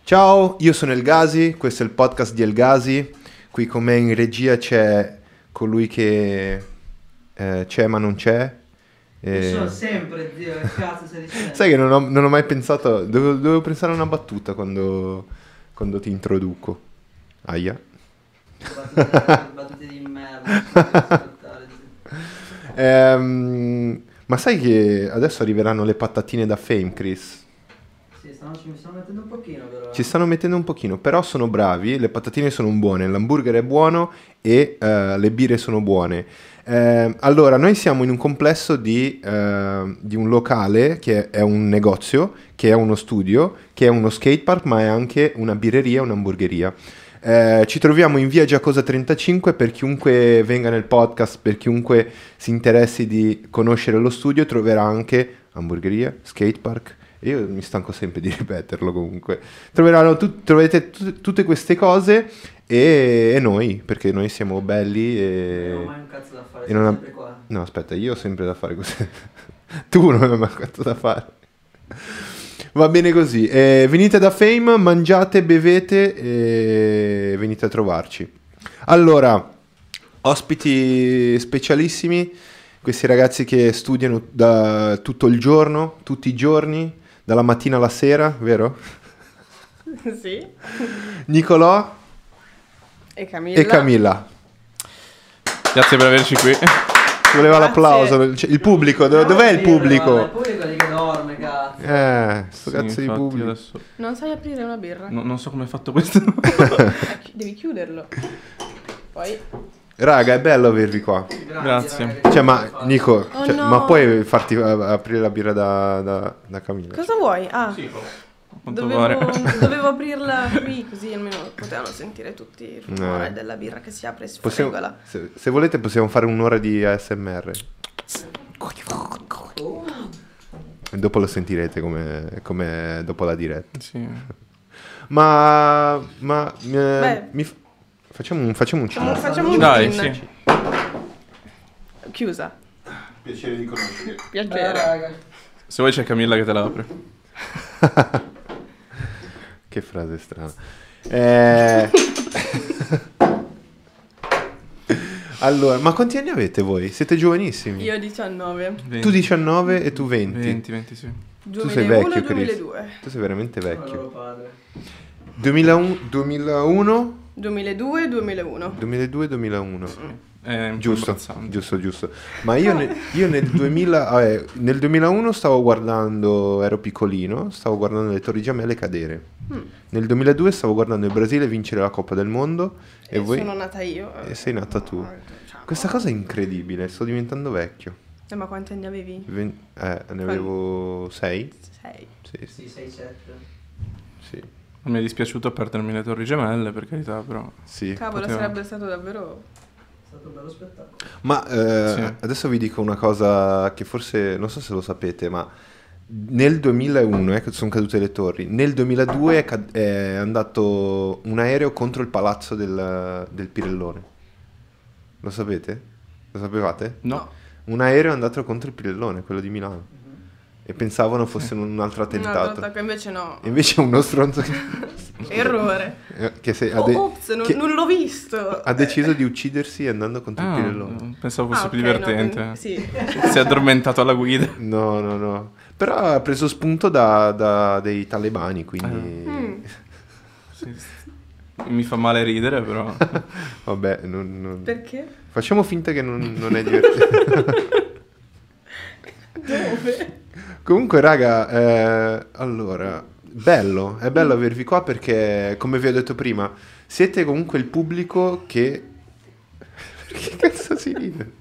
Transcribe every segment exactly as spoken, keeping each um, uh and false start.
Ciao, io sono El Gasi, questo è il podcast di El Gasi. Qui con me in regia c'è colui che eh, c'è ma non c'è. Eh... Io sono sempre, Dio, che cazzo stai dicendo? Sai che non ho, non ho mai pensato, dovevo, dovevo pensare a una battuta quando, quando ti introduco. Aia. Battute, battute di merda. ehm, ma sai che adesso arriveranno le patatine da Fame, Chris? Sì, stanno, ci mi stanno mettendo un pochino però. Ci stanno mettendo un pochino, però sono bravi, le patatine sono buone, l'hamburger è buono e uh, le birre sono buone. Eh, allora, noi siamo in un complesso di, uh, di un locale che è un negozio, che è uno studio, che è uno skatepark, ma è anche una birreria e un'hamburgeria. Eh, ci troviamo in via Giacosa trentacinque. Per chiunque venga nel podcast, per chiunque si interessi di conoscere lo studio, troverà anche hamburgeria, skatepark. Io mi stanco sempre di ripeterlo comunque. Troveranno tu, troverete t- tutte queste cose e, e noi, perché noi siamo belli e... Non ho mai un cazzo da fare, e non sempre ha... qua. No, aspetta, io ho sempre da fare così. Tu non hai mai un cazzo da fare. Va bene così. Eh, venite da Fame, mangiate, bevete e venite a trovarci. Allora, ospiti specialissimi, questi ragazzi che studiano da tutto il giorno, tutti i giorni, dalla mattina alla sera, vero? Sì. Nicolò e Camilla. E Camilla. Grazie per averci qui. Ci voleva Grazie. l'applauso. Il pubblico, dov- dov'è il pubblico? Il pubblico lì che dorme, cazzo. Eh, sto Sì, cazzo di infatti, pubblico. adesso Non sai aprire una birra? no- non so come hai fatto questo. Devi chiuderlo. Poi. Raga, è bello avervi qua. Grazie. raga, che Cioè, ma fare. Nico, Oh, cioè, no. ma puoi farti eh, aprire la birra da, da, da Camilla? Cosa vuoi? Ah, Sì, a quanto pare. dovevo, dovevo aprirla qui così almeno potevano sentire tutti il rumore Eh. della birra che si apre e Possiamo, sfregola. se, se volete possiamo fare un'ora di A S M R. Oh. E dopo lo sentirete come, come dopo la diretta. Sì. Ma, ma eh, Beh. mi f- facciamo un, facciamo un Facciamo, cino. facciamo un Dai, gin. sì. Chiusa. Piacere di conoscerti. Eh, Piacere. raga. Se vuoi c'è Camilla che te la apre. Che frase strana. Eh... allora, ma quanti anni avete voi? Siete giovanissimi. Io diciannove. venti. Tu diciannove e tu venti. venti, venti, sì. Tu sei vecchio, Chris. duemiladue. Tu sei veramente Sono loro vecchio. padre. duemilauno, duemilauno, duemiladue duemilauno. duemiladue, duemilauno. È un po' Giusto, imbarazzante. giusto, giusto. Ma io, ne- io nel duemila, vabbè, nel duemilauno stavo guardando, ero piccolino, stavo guardando le Torri Gemelle cadere. Mm. Nel duemiladue stavo guardando il Brasile vincere la Coppa del Mondo e, E voi sono nata io. e sei nata tu. Ciao. Questa cosa è incredibile, sto diventando vecchio. Eh, ma quanti anni avevi? Ven- eh, ne avevo sei? Sei. Sì, sì, Sì, sei sette. sì. Non mi è dispiaciuto perdermi le Torri Gemelle, per carità, però. Sì. Cavolo, Poteva. sarebbe stato davvero. È stato un bello spettacolo. Ma eh, Sì. adesso vi dico una cosa che forse non so se lo sapete, ma nel duemilauno eh, che sono cadute le torri, nel duemiladue è, cad- è andato un aereo contro il palazzo del, del Pirellone. Lo sapete? Lo sapevate? No. Un aereo è andato contro il Pirellone, quello di Milano. E pensavano fosse un altro Un altro attentato. attacco, invece no. E invece uno stronzo che, Errore. che se- ha, Oh, de- ops, non, che non l'ho visto. ha deciso di uccidersi andando contro il Ah, Pirellone. pensavo fosse Ah, più ok, no, divertente. quindi- sì. Si è addormentato alla guida. No, no, no. Però ha preso spunto da, da dei talebani, quindi... Mm. Sì. Mi fa male ridere, però. Vabbè, non, non- Perché? facciamo finta che non, non è divertente. Dove? Comunque, raga, eh, allora, bello, è bello avervi qua perché, come vi ho detto prima, siete comunque il pubblico che... Perché cazzo si ride?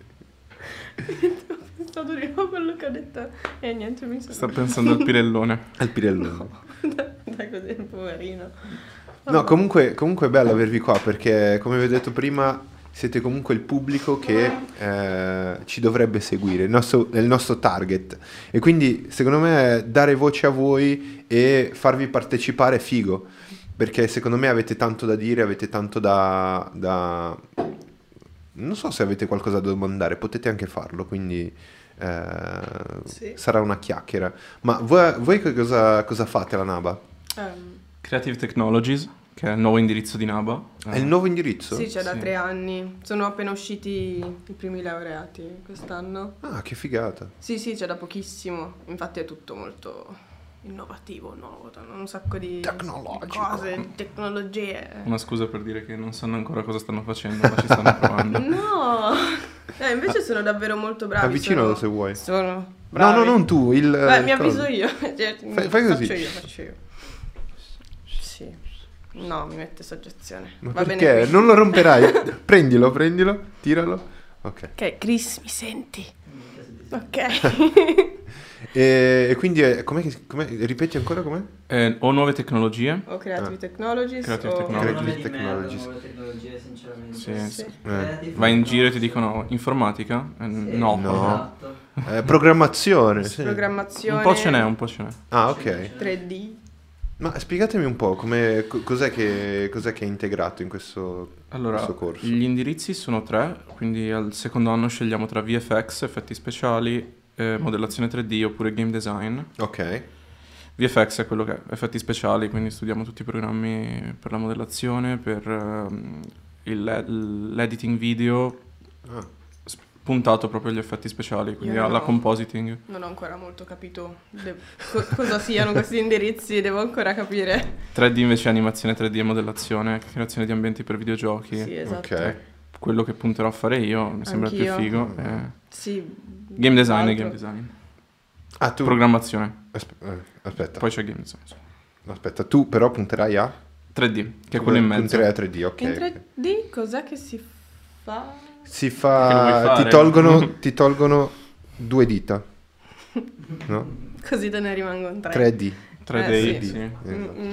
È stato di nuovo quello che ha detto. E niente, mi sono. Sta pensando al Pirellone. Al Pirellone. Dai, così, poverino. No, comunque, comunque è bello avervi qua perché, come vi ho detto prima, siete comunque il pubblico che eh, ci dovrebbe seguire, il nostro, è il nostro target. E quindi, secondo me, dare voce a voi e farvi partecipare è figo. Perché secondo me avete tanto da dire, avete tanto da... da... Non so se avete qualcosa da domandare, potete anche farlo, quindi... eh, Sì. sarà una chiacchiera. Ma voi, voi che cosa, cosa fate alla Naba? Ehm, Creative Technologies, che è il nuovo indirizzo di Naba. È il nuovo indirizzo? Sì, c'è da Sì. tre anni. Sono appena usciti i primi laureati quest'anno. Ah, che figata. Sì, sì, c'è da pochissimo. Infatti è tutto molto innovativo, nuovo, un sacco di Tecnologico. cose, tecnologie. Una scusa per dire che non sanno ancora cosa stanno facendo, ma ci stanno provando. No! Eh, invece sono davvero molto bravi. Avvicinalo sono, se vuoi. Sono bravi. No, no, non tu, il... Beh, il mi coso. avviso io. Cioè, Fai- fai così. Faccio io, faccio io. Sì. No, mi mette soggezione. Ma Va bene perché? così. Non lo romperai. Prendilo, prendilo, tiralo. Ok. Ok, Chris, mi senti? Ok. E, e quindi, è, com'è che, com'è, ripeti ancora com'è? Eh, o nuove tecnologie. O Creative Ah. Technologies Creative o... Technologies. È un nome di Technologies. merda, nuove tecnologie, sinceramente. Sì. Sì. Creative Vai in giro e ti Technologies. dicono informatica? Eh, Sì, no. No. Esatto. Eh, programmazione. Sì. Programmazione. Un po' ce n'è, un po' ce n'è. Ah, ok. tre D. Ma spiegatemi un po' come, co- cos'è, che, cos'è che è integrato in questo, Allora, questo corso. gli indirizzi sono tre, quindi al secondo anno scegliamo tra V F X, effetti speciali, eh, modellazione tre D oppure game design. Ok. V F X è quello che è, effetti speciali, quindi studiamo tutti i programmi per la modellazione, per ehm, il- l'editing video, Ah. puntato proprio agli effetti speciali, quindi Io no. alla compositing. Non ho ancora molto capito de- co- cosa siano questi indirizzi, devo ancora capire. tre D invece è animazione tre D e modellazione, creazione di ambienti per videogiochi. Sì, esatto. Ok. Quello che punterò a fare io, mi sembra Anch'io. più figo, è Sì. game design e altro. game design. Ah, tu... Programmazione, Aspe- eh, aspetta, poi c'è game design. aspetta, tu però punterai a... tre D, che è quello in mezzo. Punterai a tre D, ok. In tre D cos'è che si fa? Si Che lo vuoi fa... fare? Ti tolgono, ti tolgono due dita, no? Così te ne rimangono tre. tre D. tre D, Eh, sì. sì. Mm, mm.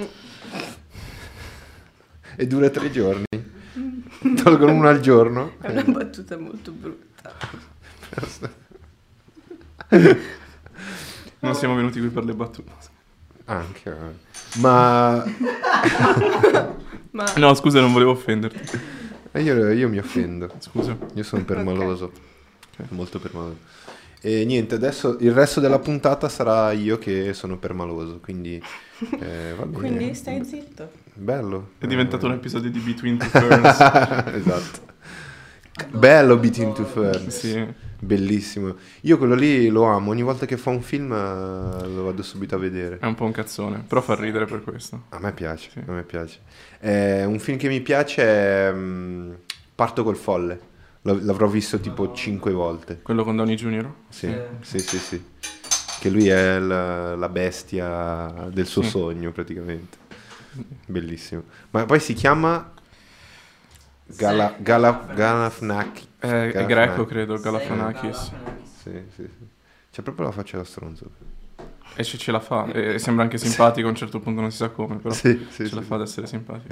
E dura tre giorni. Tolgono uno al giorno. È una battuta molto brutta. Non siamo venuti qui per le battute. Anche. eh. Ma... Ma No, scusa, non volevo offenderti. eh, Io, io mi offendo. Scusa. Io sono permaloso. Ok. Molto permaloso. E niente, adesso il resto della puntata sarà io che sono permaloso, quindi... eh, va bene. quindi stai zitto. Bello. È diventato Eh, un episodio di Between Two Ferns. esatto. Bello Between Two Ferns. Sì. Bellissimo. Io quello lì lo amo. Ogni volta che fa un film eh, lo vado subito a vedere. È un po' un cazzone, però fa ridere per questo. A me piace. Sì. A me piace. Eh, un film che mi piace è mm, Parto col folle. L- l'avrò visto tipo cinque volte. Quello con Downey Junior? Sì, Sì. sì, sì, sì. Che lui è la, la bestia del suo Sì. sogno praticamente. Bellissimo. Ma poi si chiama Gala, Zac Gala, Galifianakis. Galifianakis. È, è Galifianakis. greco, credo, Sei Galifianakis. Galifianakis. Sì, sì, sì. C'è proprio la faccia da stronzo. E ce, ce la fa. E sembra anche simpatico a un certo punto, non si sa come, però Sì, sì, ce sì. la fa ad essere simpatico.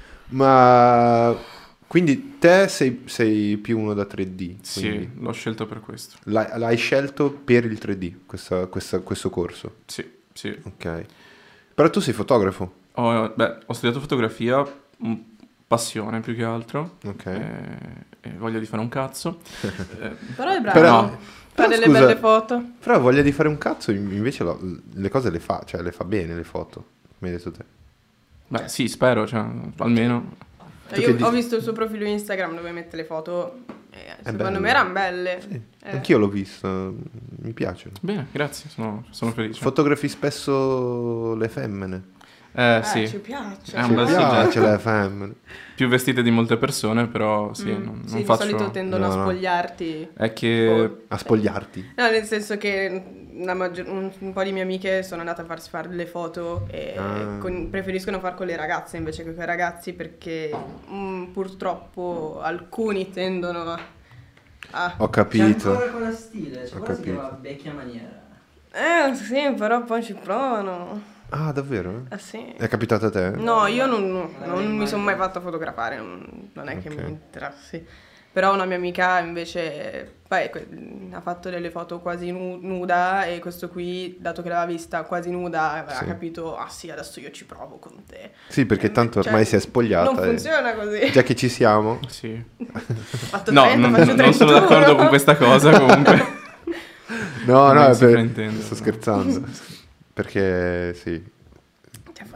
Ma quindi te sei, sei più uno da tre D. Sì, quindi l'ho scelto per questo. l'hai, l'hai scelto per il tre D, questa- questa- questo corso. Sì, sì. Ok. Però tu sei fotografo. Ho, beh, ho studiato fotografia, mm, passione più che altro. Ok. E, e voglia di fare un cazzo. Eh, Però è bravo. Però- Fa però delle scusa- belle foto. Però voglia di fare un cazzo, invece lo- le cose le fa, cioè le fa bene le foto, come hai detto te. beh, sì, spero, cioè, almeno. Tu Io che dici? ho visto il suo profilo Instagram dove mette le foto e secondo bello. me erano belle. Sì, Eh. anch'io l'ho visto, mi piacciono. Bene, grazie, sono, sono felice. Fotografi spesso le femmine. eh, Eh, sì, ci piace. È un Ci bel piace soggetto. le femmine. più vestite di molte persone, però sì, Mm, non, sì, non di faccio... solito tendono No, a no. spogliarti. È che... Oh. A spogliarti. No, nel senso che la maggior- un, un po' di mie amiche sono andate a farsi fare le foto e Ah. con- preferiscono far con le ragazze invece che con i ragazzi perché mm, purtroppo alcuni tendono a... a- Ho C'è capito. ancora quella stile, cioè Ho quella si capito. chiama vecchia maniera. Eh sì, però poi ci provano. Ah, davvero? Ah sì. È capitato a te? No, io non, non mi sono mai fatta fotografare, non, non è che Ok. mi interessi. Però una mia amica invece beh, que- ha fatto delle foto quasi nu- nuda e questo qui, dato che l'aveva vista quasi nuda, aveva Sì. capito, ah sì, adesso io ci provo con te. Sì, perché tanto Cioè, ormai si è spogliata. Non e- funziona così. Già che ci siamo. Sì. Ho fatto No, trenta, non, faccio non sono trentuno. d'accordo con questa cosa, comunque. No, Non no, è si per- fraintende. sto scherzando. Perché sì. Ti ha fatto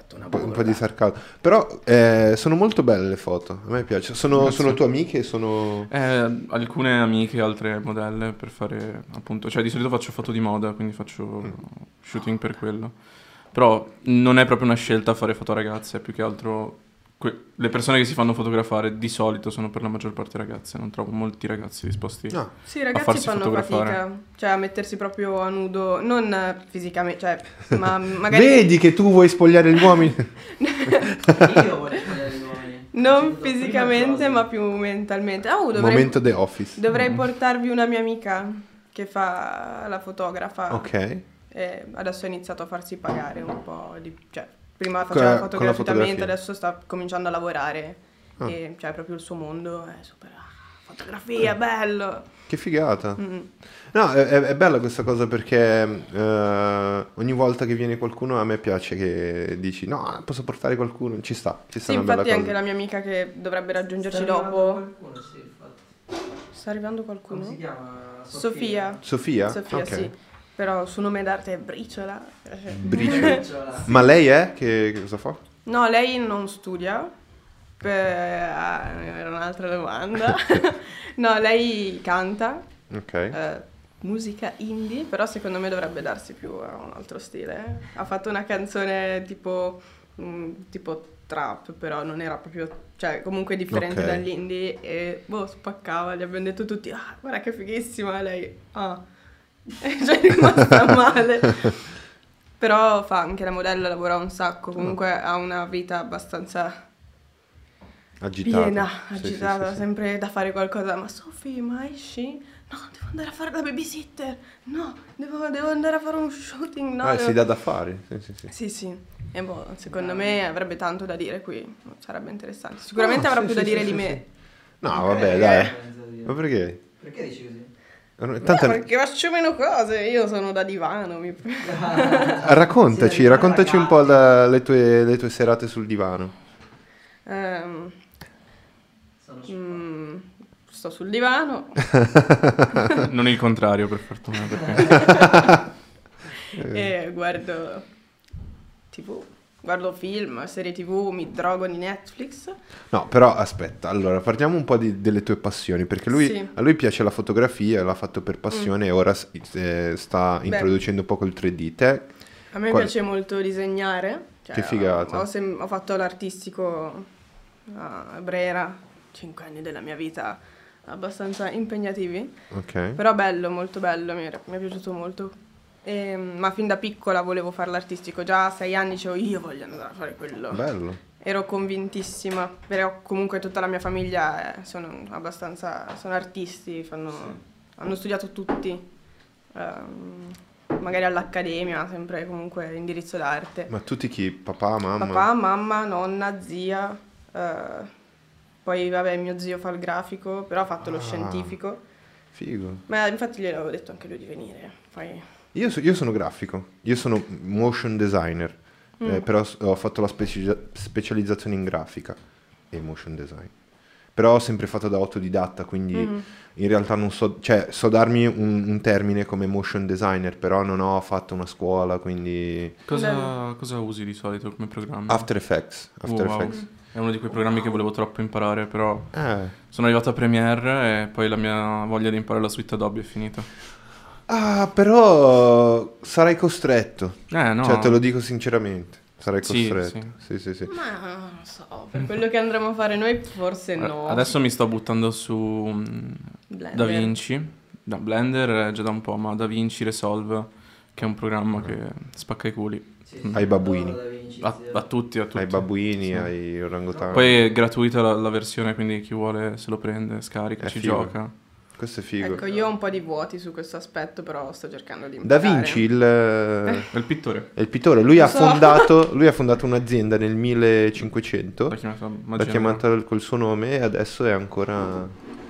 fatto una Un po', un burla. po' di sarcasmo. Però eh, sono molto belle le foto, a me piace. Sono, Grazie. sono tue amiche, sono... Eh, alcune amiche, altre modelle per fare appunto, cioè di solito faccio foto di moda, quindi faccio shooting per quello. Però non è proprio una scelta fare foto a ragazze, è più che altro que- le persone che si fanno fotografare di solito sono per la maggior parte ragazze, non trovo molti ragazzi disposti. No. Sì, i a ragazzi farsi fanno fotografare. fatica, cioè a mettersi proprio a nudo, non eh, fisicamente, cioè, ma magari Vedi che tu vuoi spogliare gli uomini? Io voglio sbagliare gli uomini. non Ho sentito fisicamente, prima ma cose. più mentalmente. Oh, dovrei, Momento The Office. dovrei portarvi una mia amica che fa la fotografa. Ok. E adesso ha iniziato a farsi pagare un po' di, cioè, prima Co- faceva con foto la gratuitamente, fotografia. adesso sta cominciando a lavorare. Ah. E cioè proprio il suo mondo è super ah, fotografia, bello. Che figata. Mm. No, è, è- è bella questa cosa perché eh, ogni volta che viene qualcuno a me piace che dici no, posso portare qualcuno, ci sta, ci sta Sì, una bella infatti cosa. anche la mia amica che dovrebbe raggiungerci Sta arrivando dopo. qualcuno, sì, infatti. Sta arrivando Come qualcuno? si chiama? Sofia. Sofia? Sofia, Ok. sì. Però il suo nome d'arte è Briciola. Briciola. Briciola. Ma lei è? Che, che cosa fa? No, lei non studia. Per... ah, era un'altra domanda. No, lei canta. Ok. eh, musica indie, però secondo me dovrebbe darsi più a un altro stile. Ha fatto una canzone tipo, mm, tipo trap, però non era proprio, cioè comunque differente Ok. dall'indie e boh, spaccava, gli abbiamo detto tutti, ah, guarda che fighissima, e lei, ah, e cioè è rimasta male. Però fa anche la modella, lavora un sacco, comunque ha una vita abbastanza Agitata. piena, Sì, sì, agitata, sì, sì. sempre da fare qualcosa. Ma Sofì, ma esci? No, devo andare a fare la babysitter. No, devo, devo andare a fare un shooting. No, Ah, devo- si dà da fare. Sì, sì, sì. Sì, sì. E boh, secondo me avrebbe tanto da dire qui. Sarebbe interessante. Sicuramente No, avrà sì, più sì, da dire sì, di sì, me. sì. No, Ok, vabbè, eh, dai. mezzo a dire. Ma perché? Perché dici così? No, Tanto... perché faccio meno cose. Io sono da divano. Mi... Raccontaci, Sì, raccontaci un po' ragazzi. la- le, tue, le tue serate sul divano. Ehm, Sono su- mm, sto sul divano. Non il contrario, per fortuna, perché E guardo tivù, guardo film, serie tivù, mi drogo di Netflix. No, però aspetta, allora parliamo un po' di- delle tue passioni, perché lui, Sì. a lui piace la fotografia, l'ha fatto per passione e ora s- eh, sta introducendo un po' col tre D. Te, A me Qual- piace molto disegnare. cioè, Che figata. Ho, ho sem- ho fatto l'artistico a Brera, cinque anni della mia vita abbastanza impegnativi, ok? però bello, molto bello, mi è, mi è piaciuto molto. E, ma fin da piccola volevo fare l'artistico, già a sei anni dicevo io voglio andare a fare quello. Bello. Ero convintissima, però comunque tutta la mia famiglia eh, sono abbastanza, sono artisti, fanno, hanno studiato tutti, ehm, magari all'accademia, sempre comunque indirizzo d'arte. Ma tutti chi? Papà, mamma? Papà, mamma, nonna, zia, eh, poi vabbè mio zio fa il grafico, però ha fatto lo Ah. scientifico, Figo. ma infatti gli avevo detto anche lui di venire, poi... Io, so- io sono grafico, io sono motion designer, Mm. eh, però s- ho fatto la speci- specializzazione in grafica e motion design. Però ho sempre fatto da autodidatta, quindi Mhm. in realtà non so, cioè so darmi un, un termine come motion designer, però non ho fatto una scuola, quindi cosa, cosa usi di solito come programma? After Effects, After Oh, wow. Effects. È uno di quei programmi che volevo troppo imparare, però Eh. sono arrivato a Premiere e poi la mia voglia di imparare la suite Adobe è finita. Ah, però sarai costretto, Eh, no. cioè te lo dico sinceramente, sarai Sì, costretto. Sì, sì, sì. Ma non so, per quello che andremo a fare noi forse no. Adesso mi sto buttando su mm, Blender. DaVinci. Da Blender è già da un po', ma DaVinci Resolve, che è un programma che spacca i culi. Sì, sì, Ai babbuini. Da Vinci, A, sì. a tutti, a tutti. Ai babbuini, Sì. ai orangutani. Poi è gratuita la, la versione, quindi chi vuole se lo prende, scarica, È ci figo. gioca. Questo è figo. Ecco, io ho un po' di vuoti su questo aspetto, però sto cercando di Da imparare. Vinci, il, È il pittore. è il pittore, lui Lo ha, so. fondato, lui ha fondato un'azienda nel millecinquecento, L'ha chiamata l'ha Magia chiamata col suo nome e adesso è ancora...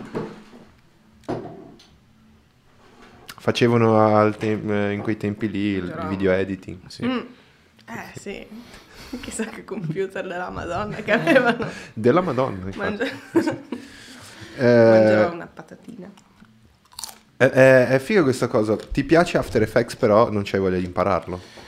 Facevano al tem- eh, in quei tempi lì il, il video editing. Sì. Mm. Eh sì, chissà che computer della Madonna che avevano. Della Madonna, infatti. Mangia... Eh, Mangerò una patatina. è, è, è figa questa cosa. Ti piace After Effects però non c'hai voglia di impararlo.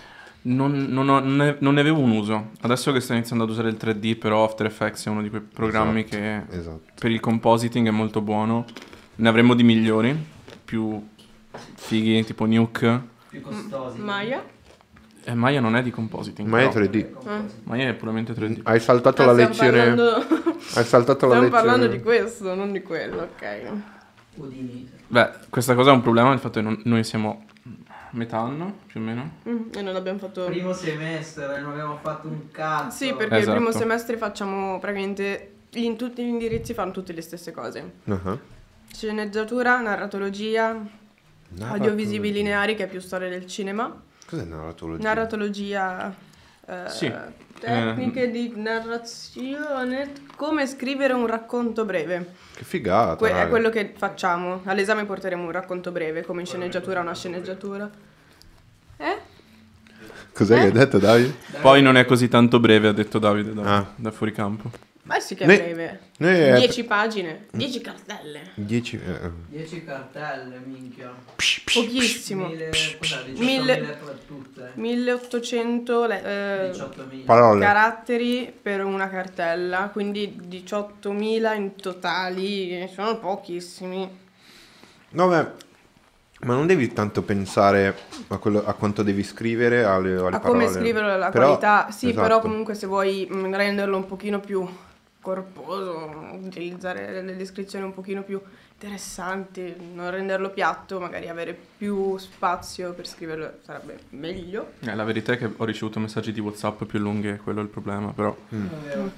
Non, non ho- non ne, non ne avevo un uso. Adesso che sto iniziando ad usare il tre D, però After Effects è uno di quei programmi Esatto, che esatto. per il compositing è molto buono. Ne avremo di migliori, più fighi, tipo Nuke. Più costosi. Maya? E Maya non è di compositing. Ma è però. tre D. Maya è puramente tre D. Hai saltato Ah, la stiamo lezione. parlando- Hai saltato la Stiamo lezione. parlando di questo, non di quello, ok. Udinese. Beh, questa cosa è un problema, il fatto che non- noi siamo metà anno, più o meno. Mm, e non abbiamo fatto... Primo semestre, non abbiamo fatto un cazzo. Sì, perché Esatto. il primo semestre facciamo praticamente... In tutti gli indirizzi fanno tutte le stesse cose. Uh-huh. Sceneggiatura, narratologia, Narratologia. audiovisivi lineari, che è più storia del cinema. Cos'è narratologia? Narratologia, eh, Sì. tecniche di narrazione, come scrivere un racconto breve. Che figata. Que- è raga. quello che facciamo. All'esame porteremo un racconto breve, come in sceneggiatura una sceneggiatura. Eh? Cos'è Eh? che hai detto, Davide? Poi non è così tanto breve, ha detto Davide da, Ah. da fuori campo. Ma sì che è Noi- breve. noi è- Dieci pagine, dieci cartelle. Dieci. eh, dieci cartelle, minchia. Pochissimo. Mille, cos'è, Mille- diciottomila per tutte. milleottocento le- eh, diciottomila. Parole. caratteri per una cartella, quindi diciottomila in totali, sono pochissimi. No, beh, ma non devi tanto pensare a, quello, a quanto devi scrivere, alle, alle A parole. come scriverlo, la Però- qualità, sì, esatto. però comunque se vuoi mm, renderlo un pochino più corposo, utilizzare delle descrizioni un pochino più interessanti, non renderlo piatto, magari avere più spazio per scriverlo sarebbe meglio. Eh, la verità è che ho ricevuto messaggi di WhatsApp più lunghi, quello è il problema, però Non è vero.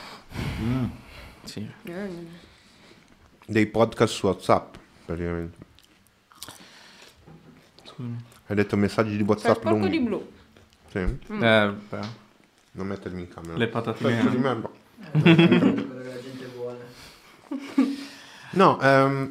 sì. Eh, Dei podcast su WhatsApp, praticamente. Scusami. Hai detto messaggi di sei WhatsApp sporco lunghi. di blu. Sì? Mm. Eh, beh, Non mettermi in camera. le patatine. Pezzo di merda. Eh, quello che la gente vuole. No, ehm,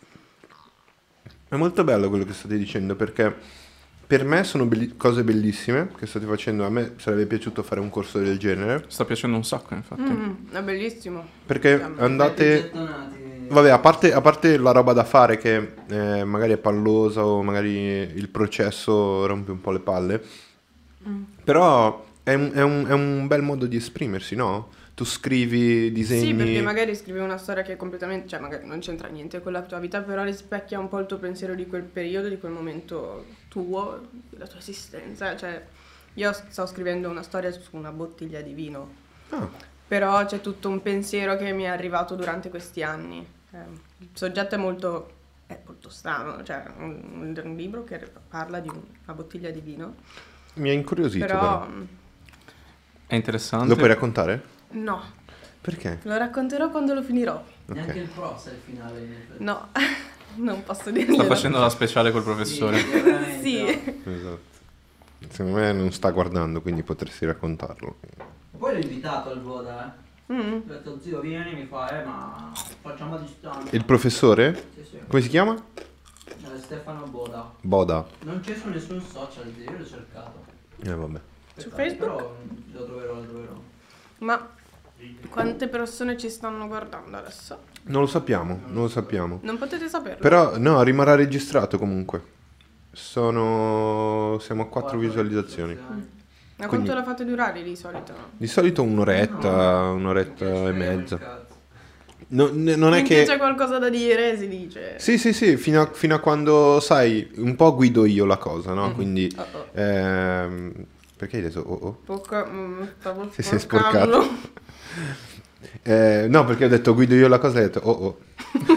è molto bello quello che state dicendo perché per me sono belli- cose bellissime che state facendo. A me sarebbe piaciuto fare un corso del genere Sta piacendo un sacco, infatti. Mm, è bellissimo. perché Siamo andate... Gettonati. Vabbè, a parte, a parte la roba da fare che eh, magari è pallosa o magari il processo rompe un po' le palle, però è un, è un- è un bel modo di esprimersi, no? Tu scrivi, disegni... Sì, perché magari scrivi una storia che è completamente, cioè magari non c'entra niente con la tua vita, però rispecchia un po' il tuo pensiero di quel periodo, di quel momento tuo, della tua esistenza. Cioè, io sto scrivendo una storia su una bottiglia di vino, Ah, però c'è tutto un pensiero che mi è arrivato durante questi anni. Eh, il soggetto è molto, è molto strano, cioè un, un libro che parla di una bottiglia di vino, mi ha incuriosito però. però mm, È interessante. Lo puoi raccontare? no, Perché? lo racconterò quando lo finirò. Neanche Ok. il prosa è il finale. in effetti. No, non posso dirlo. Sta facendo la speciale col professore. Sì, veramente. Sì. Esatto. Secondo me non sta guardando, quindi potresti raccontarlo. Poi l'ho invitato al Voda, eh. Mm. Ho detto zio vieni, mi fa, eh ma facciamo a distanza. Il professore? Sì, sì. Come si chiama? Eh, Stefano Boda. Boda. Non c'è su nessun social, zio, io l'ho cercato. Eh vabbè. Su Aspettate, Facebook? Però lo troverò, lo troverò. Ma quante persone ci stanno guardando adesso? Non lo sappiamo, non lo sappiamo. Non potete saperlo. Però no, rimarrà registrato comunque. Sono... Siamo a quattro Quattro visualizzazioni. Ma quindi- quanto la fate durare di solito? Di solito un'oretta, un'oretta e mezza. No, n- non è Finché che... c'è qualcosa da dire si dice. Sì, sì, sì, fino a, fino a quando, sai, un po' guido io la cosa, no? Mm. Quindi... Oh, oh. ehm, perché hai detto oh oh? Poca- mm, stavo Ti sei sporcando. Eh, no, perché ho detto guido io la cosa e ho detto oh oh.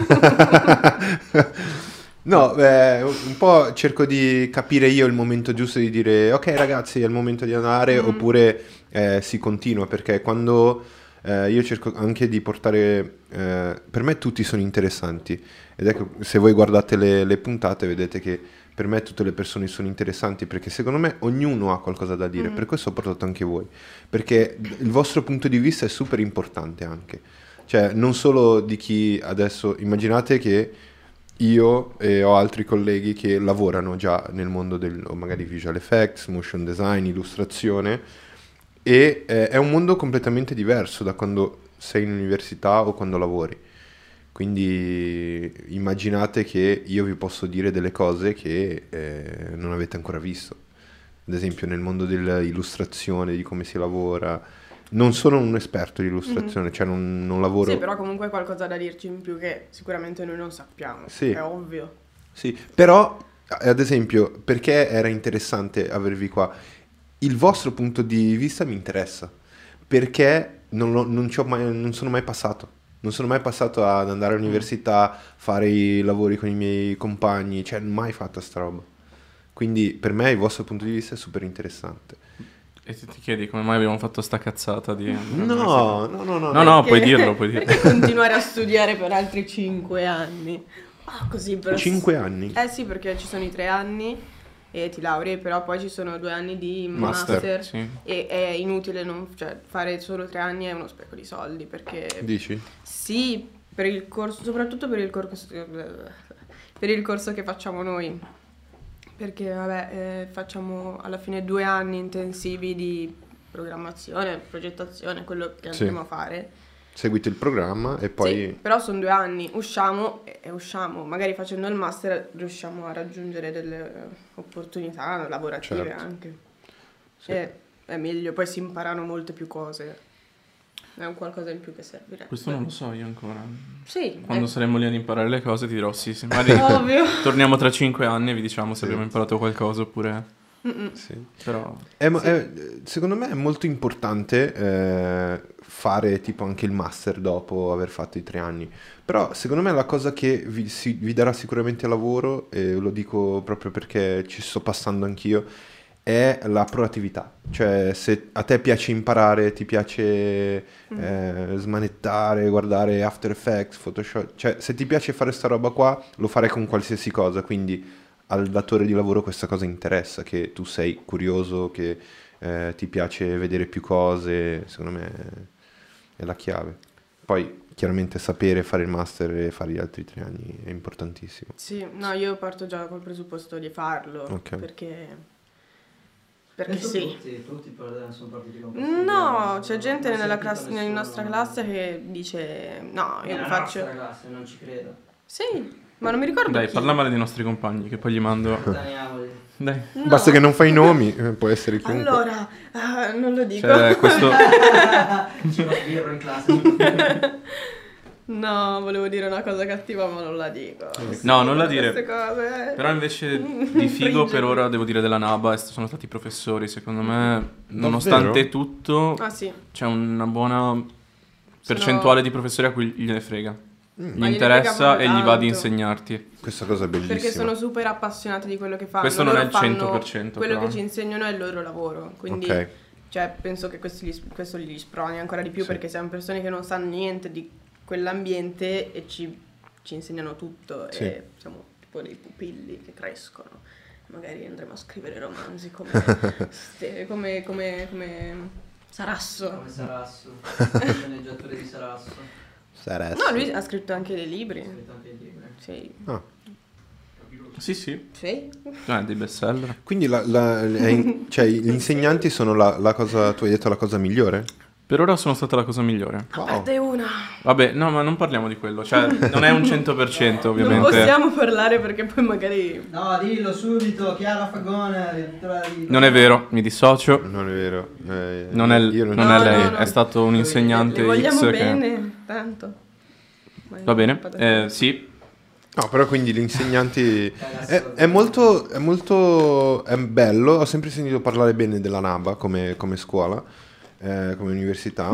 No, eh, un po' cerco di capire io il momento giusto di dire ok ragazzi è il momento di andare Mm. oppure eh, si continua perché quando eh, io cerco anche di portare eh, per me tutti sono interessanti ed ecco se voi guardate le, le puntate vedete che per me tutte le persone sono interessanti perché secondo me ognuno ha qualcosa da dire, Mm. per questo ho portato anche voi, perché il vostro punto di vista è super importante anche, cioè non solo di chi adesso, immaginate che io e ho altri colleghi che lavorano già nel mondo del o magari visual effects, motion design, illustrazione e eh, è un mondo completamente diverso da quando sei in università o quando lavori. Quindi immaginate che io vi posso dire delle cose che eh, non avete ancora visto. ad esempio nel mondo dell'illustrazione, di come si lavora. Non sono un esperto di illustrazione, Mhm. cioè non, non lavoro... Sì, però comunque è qualcosa da dirci in più che sicuramente noi non sappiamo, Sì. è ovvio. Sì, però ad esempio, perché era interessante avervi qua? Il vostro punto di vista mi interessa, perché non, l'ho- non ci ho mai- non sono mai passato. Non sono mai passato ad andare all'università, fare i lavori con i miei compagni, cioè mai fatto sta roba. Quindi per me il vostro punto di vista è super interessante. E ti, ti chiedi come mai abbiamo fatto sta cazzata di... No, no, no, no. No, no, puoi Perché- dirlo, puoi dirlo. Perché continuare a studiare per altri cinque anni? Ah, così per... Cinque anni. Eh sì, perché ci sono i tre anni e ti laurei, però poi ci sono due anni di Master, master, sì. e è inutile non, cioè, fare solo tre anni è uno spreco di soldi, perché Dici? sì, per il corso, soprattutto per il corso, per il corso che facciamo noi, perché vabbè, eh, facciamo alla fine due anni intensivi di programmazione, progettazione, quello che Sì. andremo a fare. Seguite il programma e poi... Sì, però sono due anni, usciamo e, e usciamo, magari facendo il master riusciamo a raggiungere delle eh, opportunità lavorative Certo. anche. Sì. E è meglio, poi si imparano molte più cose. È un qualcosa in più che servirà. Questo non lo so io ancora. Sì, Quando è saremo lì ad imparare le cose ti dirò sì, sì. Magari ovvio. torniamo tra cinque anni e vi diciamo se Sì. abbiamo imparato qualcosa oppure... Mm-mm. Sì. Però... È mo- è- secondo me è molto importante eh, fare tipo anche il master dopo aver fatto i tre anni. Però secondo me la cosa che vi, si- vi darà sicuramente lavoro, e lo dico proprio perché ci sto passando anch'io, è la proattività. Cioè se a te piace imparare, ti piace eh, smanettare, guardare After Effects, Photoshop, cioè se ti piace fare sta roba qua, lo farai con qualsiasi cosa, quindi al datore di lavoro questa cosa interessa, che tu sei curioso, che eh, ti piace vedere più cose, secondo me è, è la chiave. Poi chiaramente sapere fare il master e fare gli altri tre anni è importantissimo. Sì, no, io parto già col presupposto di farlo, Ok. perché... Perché Penso sì. Tutti, tutti per- sono partiti con questo No, idea. c'è gente Non ho nella, sentito classe, nella nessuno- nostra classe che dice no, io Nella mi faccio... nostra classe, non ci credo. Sì, ma non mi ricordo Dai, chi. parla male dei nostri compagni che poi gli mando... Allontaniamoli. Dai. No. Basta che non fai i nomi, eh, può essere chiunque. Allora, ah, non lo dico. Cioè, questo... Ci lo sbirro in classe. No, volevo dire una cosa cattiva, ma non la dico. No, non la dire. Queste cose. Però invece di figo per Frigidi. ora devo dire della NABA e sono stati i professori, secondo me, nonostante tutto, Ah sì, c'è una buona percentuale di professori a cui gliene frega. Mm, Gli Ma gliene interessa frega e gli va di tanto. insegnarti. questa cosa è bellissima. perché sono super appassionati di quello che fanno. Questo non è Loro il fanno cento per cento Quello però. che ci insegnano è il loro lavoro, quindi Ok. cioè, penso che questi li- questo li sproni ancora di più, Sì. perché siamo persone che non sanno niente di quell'ambiente e ci, ci insegnano tutto, Sì. e siamo tipo dei pupilli che crescono. Magari andremo a scrivere romanzi come, ste- come, come, come Sarasso. Come Sarasso. Il sceneggiatore di Sarasso. Sarà No, lui ha scritto anche dei libri. Ha scritto anche i libri. Sì. Ah, Sì, sì, Sì. eh, dei bestseller. quindi la- la- è in- cioè, gli insegnanti sono la, la cosa, tu hai detto la cosa migliore? Per ora sono stata la cosa migliore. A parte una. Vabbè, no, ma non parliamo di quello. Cioè, non è un cento per cento Non ovviamente. possiamo parlare perché poi magari... No, dillo subito, Chiara Fagone. te la dico. Non è vero, mi dissocio. Non è vero. eh, Non è, io non No, è no, lei, no. è stato un insegnante Le vogliamo X che... bene, tanto. Va bene, eh, sì. No, però quindi gli insegnanti... Cazzo. È, è molto, è molto è bello, ho sempre sentito parlare bene della NABA come, come scuola, eh, come università,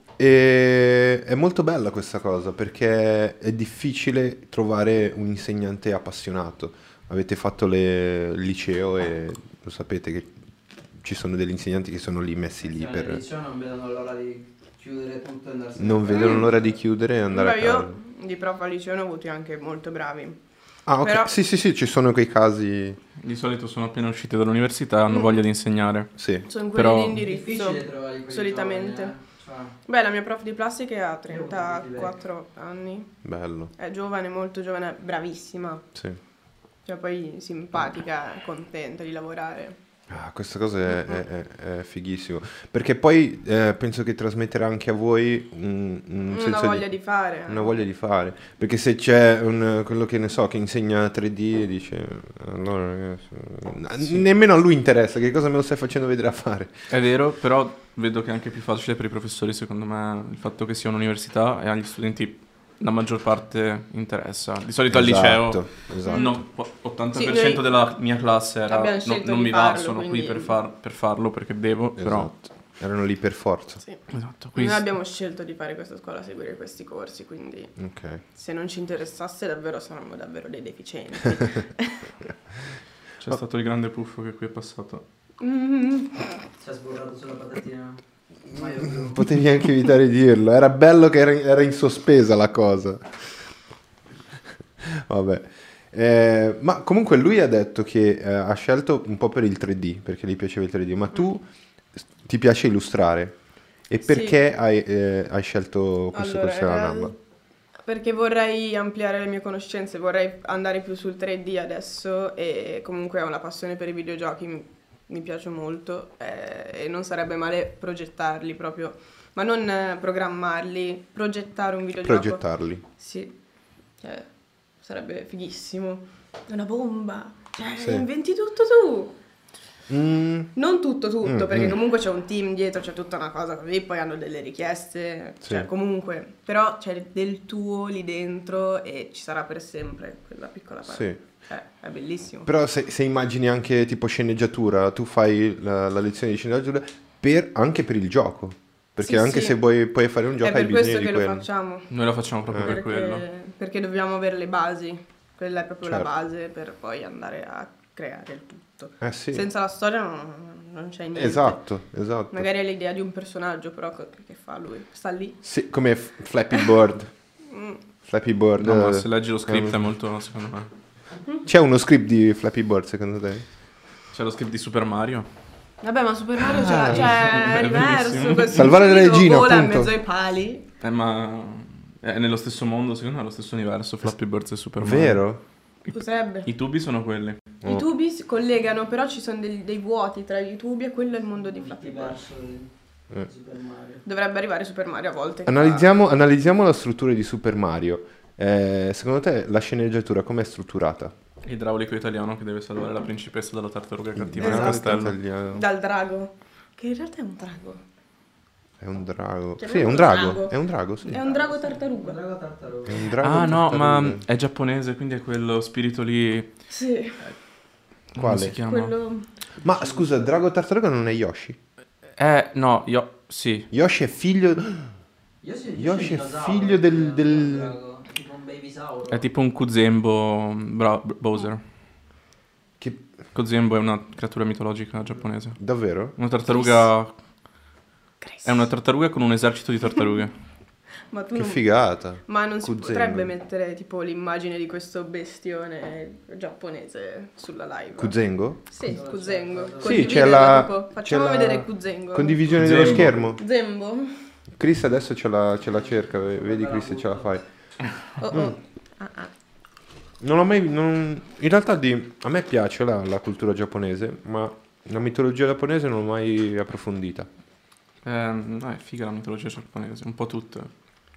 e è molto bella questa cosa perché è difficile trovare un insegnante appassionato. Avete fatto le- il liceo e lo sapete che ci sono degli insegnanti che sono lì messi lì Attenzione, per... al liceo non vedono l'ora di chiudere tutto e andarsene. Non a casa. vedono l'ora di chiudere e andare Beh, a casa. io di prof al liceo ne ho avuti anche molto bravi. Ah, ok. Però- Sì, sì, sì, ci sono quei casi... Di solito sono appena usciti dall'università e hanno Mm. voglia di insegnare. Sì. Sono quelli Però- di È indirizzo. difficile trovare quelli solitamente. giovani, eh. Cioè, Beh, la mia prof di plastica ha trentaquattro anni. Bello, È giovane, molto giovane, bravissima. sì. Cioè poi simpatica, contenta di lavorare. Ah, questa cosa è, è- è- è fighissimo. Perché poi eh, penso che trasmetterà anche a voi un, un Una senso voglia di fare. una voglia di fare. Perché se c'è un, quello che ne so, che insegna tre D e dice, allora ragazzi, nemmeno a lui interessa, che cosa me lo stai facendo vedere a fare? È vero, però vedo che è anche più facile per i professori, secondo me, il fatto che sia un'università e agli studenti la maggior parte interessa. Di solito al liceo Esatto, esatto. no, ottanta per Sì, cento noi della mia classe era abbiamo no, scelto non di mi va, farlo, sono quindi- qui per, far- per farlo perché devo, però Esatto. Erano lì per forza. Sì. esatto, qui Noi abbiamo scelto di fare questa scuola, seguire questi corsi, quindi Ok. se non ci interessasse davvero saremmo davvero dei deficienti. c'è stato il grande puffo che qui è passato. Mm. Si è sborrato sulla patatina. Maio blu. Potevi anche evitare di dirlo. Era bello che era, era in sospesa la cosa. Vabbè. Eh, ma comunque lui ha detto che eh, ha scelto un po' per il tre D, perché gli piaceva il tre D, ma tu s- ti piace illustrare. E perché hai, eh, hai scelto questo Allora, corso alla eh, Namba? Perché vorrei ampliare le mie conoscenze, vorrei andare più sul tre D adesso e comunque ho una passione per i videogiochi, mi, mi piace molto eh, e non sarebbe male progettarli proprio, ma non eh, programmarli, progettare un videogioco. Progettarli. Sì, cioè, sarebbe fighissimo. È una bomba, cioè, Sì. inventi tutto tu. Mm, Non tutto tutto, Mm, perché mm. comunque c'è un team dietro, c'è tutta una cosa così, poi hanno delle richieste, Sì. cioè comunque, però c'è del tuo lì dentro e ci sarà per sempre quella piccola parte. sì. Cioè, è bellissimo. Però se, se immagini anche tipo sceneggiatura, tu fai la, la lezione di sceneggiatura per- anche per il gioco. Perché Sì, anche sì. se vuoi, puoi fare un gioco È hai per bisogno questo di che lo quello. facciamo, Noi lo facciamo proprio per quello. perché, perché dobbiamo avere le basi, quella è proprio Certo. la base per poi andare a creare il tutto. Eh sì. Senza la storia non, non c'è niente. Esatto, esatto. Magari è l'idea di un personaggio, però co- che fa lui? Sta lì. Sì, come F- Flappy Bird. Mm. Flappy Bird. No, ma eh, se leggi lo script eh, è molto, secondo me. C'è uno script di Flappy Bird secondo te? C'è lo script di Super Mario. Vabbè, ma Super Mario Ah. c'è, cioè, è È diverso. bellissimo. Così Salvare la subito regina, vola appunto. in mezzo ai pali. Eh, ma è nello stesso mondo, secondo me è lo stesso universo, Flappy Birds e Super Mario. Vero? Potrebbe. I tubi sono quelli. Oh. I tubi si collegano, però ci sono dei, dei vuoti tra i tubi e quello è il mondo di Flappy Bird. Diverso di Eh. Super Mario. Dovrebbe arrivare Super Mario a volte. Analizziamo, analizziamo la struttura di Super Mario. Eh, secondo te la sceneggiatura com'è strutturata? Idraulico italiano che deve salvare la principessa dalla tartaruga cattiva nel Esatto. castello. Italiano. Dal drago. Che in realtà è un drago. È un drago. Chiamiamolo Sì, è un drago. drago. È un drago, sì. È un drago Un tartaruga. drago tartaruga. È un drago Ah no, ma tartaruga. è giapponese, quindi è quello spirito lì. Sì, Come Quale? si chiama? quello... Ma scusa, il drago tartaruga non è Yoshi? Eh, no, io sì. Yoshi è figlio... Yoshi, Yoshi è dinosauro, figlio del- un del- drago, tipo un babysauro. È tipo un Kuzembo bra- Bowser. Che... Kuzembo è una creatura mitologica giapponese. Davvero? Una tartaruga. Chris. È una tartaruga con un esercito di tartarughe. Ma tu Che non... figata. Ma non si Kuzembo. potrebbe mettere tipo l'immagine di questo bestione giapponese sulla live? Kuzengo? Sì, Kuzengo. Sì, c'è Condividerla la... dopo. c'è Facciamo la vedere Kuzengo. condivisione Kuzembo. dello schermo. Zembo. Chris adesso ce la, ce la cerca, vedi Chris se ce la fai. Oh oh. Ah, ah. Non ho mai... non- In realtà di... a me piace la, la cultura giapponese, ma la mitologia giapponese non l'ho mai approfondita. Eh, no, è figa la mitologia giapponese, un po' tutte.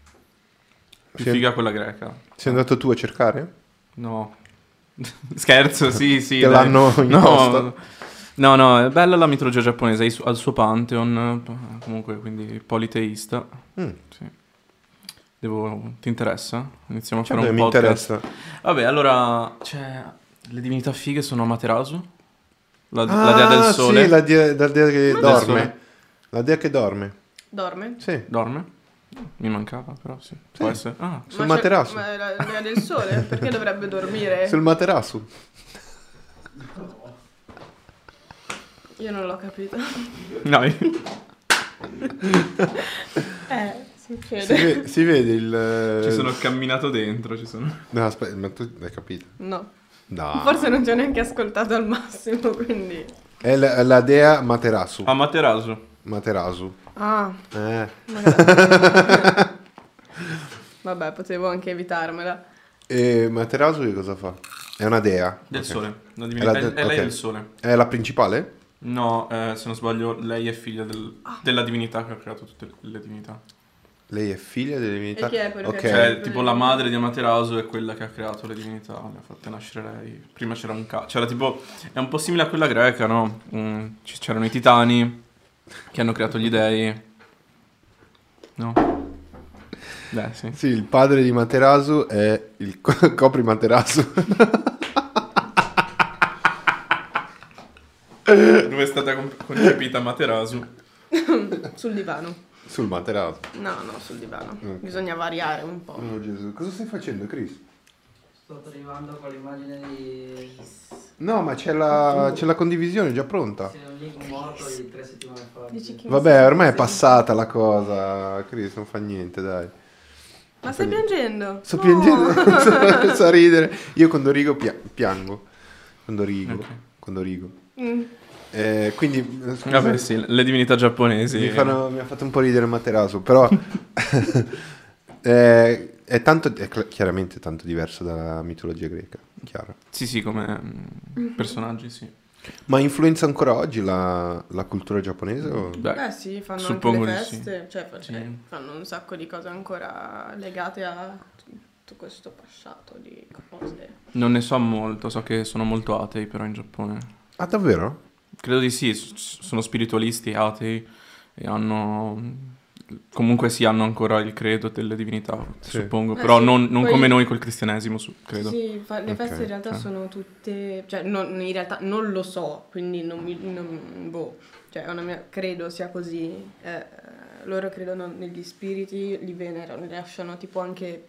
Più Sì. figa quella greca. Sei andato tu a cercare? No. Scherzo, sì, sì. Te dai. l'hanno imposta? No, no, no, è bella la mitologia giapponese, ha il su- ha il suo pantheon, eh, comunque, quindi politeista. Mm. Sì. Devo... Ti interessa? Iniziamo a Cioè, fare un mi podcast. interessa. Vabbè, allora, cioè, le divinità fighe sono Amaterasu, la, la dea del Ah, sole. sì, la dea, la dea che Del dorme. sole. La dea che dorme. Dorme? Sì. Dorme? Mi mancava, però sì. Può essere. Ah, Sul Ma c'è- materasso. Ma è la dea del sole, perché dovrebbe dormire? Sul materasso. Io non l'ho capito. no, io- Eh, Si, succede. ve- si vede il... ci sono camminato dentro, ci sono. No, aspetta, ma tu hai capito? No. No. Forse non ti ho neanche ascoltato al massimo, quindi... È la, la dea Materasu. Amaterasu. Materasu. Ah, Eh. magari. Vabbè, potevo anche evitarmela. E Materasu che cosa fa? È una dea. Del Ok. sole. La È divinità, la è, de- è lei ok. del sole. È la principale? No, eh, se non sbaglio, lei è figlia del- della divinità che ha creato tutte le divinità. Lei è figlia delle divinità? E chi è quello Ok. che Cioè, Eh, tipo la madre di Amaterasu è quella che ha creato le divinità, le ha fatte nascere lei. Prima c'era un ca... C'era tipo... È un po' simile a quella greca, no? Mm, c- c'erano i titani che hanno creato gli dei. No? Beh, sì. Sì, il padre di Materasu è il co- copri Materasu. Dove è stata con- concepita Amaterasu? Sul divano. Sul Materasu. No, no, sul divano. Ok. Bisogna variare un po'. Oh Gesù, cosa stai facendo, Chris? Sto arrivando con l'immagine di... No, ma c'è la, c'è la condivisione già pronta. C'è un link morto di tre settimane fa. Dici che- Vabbè, ormai è passata la cosa, Chris, non fa niente, dai. Ma stai piangendo? Sto No. piangendo, sto a ridere. Io quando rigo pia- piango. Quando rigo, Ok. quando rigo. Mm. Eh, quindi, eh, scusa, Vabbè, sì, le divinità giapponesi. mi, fanno- mi ha fatto un po' ridere Materasu, però eh, è, tanto, è cl- chiaramente tanto diverso dalla mitologia greca, chiaro. Sì, sì, come mm, personaggi, sì. Ma influenza ancora oggi la, la cultura giapponese? O... Beh, Eh sì, fanno suppongo anche le di sì. feste, cioè fa- Sì. cioè, fanno un sacco di cose ancora legate a tutto questo passato di cose. non ne so molto, so che sono molto atei però in Giappone. Ah, davvero? Credo di sì, s- sono spiritualisti, atei e hanno... Comunque sì, hanno ancora il credo delle divinità, Sì. suppongo, Eh però sì, non, non poi- come noi col cristianesimo, su- credo. Sì, fa- le Ok, feste in realtà sì. sono tutte, cioè non, in realtà non lo so, quindi non mi, non- boh, cioè è una mia, credo sia così, eh, loro credono negli spiriti, li venerano, li lasciano tipo anche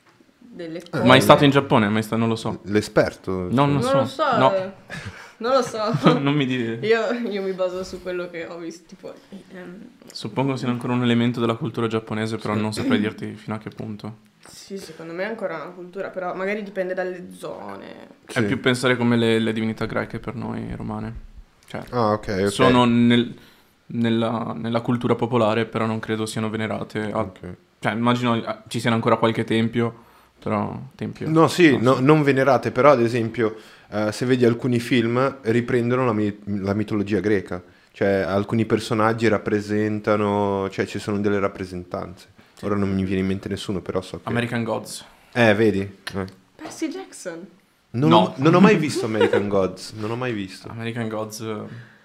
delle cose. Mai stato in Giappone? Mai sta- non lo so. L'esperto? No, cioè- non Non so. lo so, No. eh, non lo so. non mi dire. Io, io mi baso su quello che ho visto, tipo... ehm, Suppongo sia ancora un elemento della cultura giapponese, però non saprei dirti fino a che punto. sì, secondo me è ancora una cultura, però magari dipende dalle zone. Sì. È più pensare come le, le divinità greche per noi romane. Cioè, Ah, ok, ok. sono nel- nella, nella cultura popolare, però non credo siano venerate. a- Ok. Cioè, immagino eh, ci sia ancora qualche tempio, però tempio. No, sì, non no- so. non venerate, però ad esempio eh, se vedi alcuni film riprendono la, mi- la mitologia greca, cioè alcuni personaggi rappresentano, cioè ci sono delle rappresentanze. Ora non mi viene in mente nessuno, però so che... American Gods. Eh, vedi? Eh. Percy Jackson. Non, No. ho, non ho mai visto American Gods, non ho mai visto. American Gods. eh,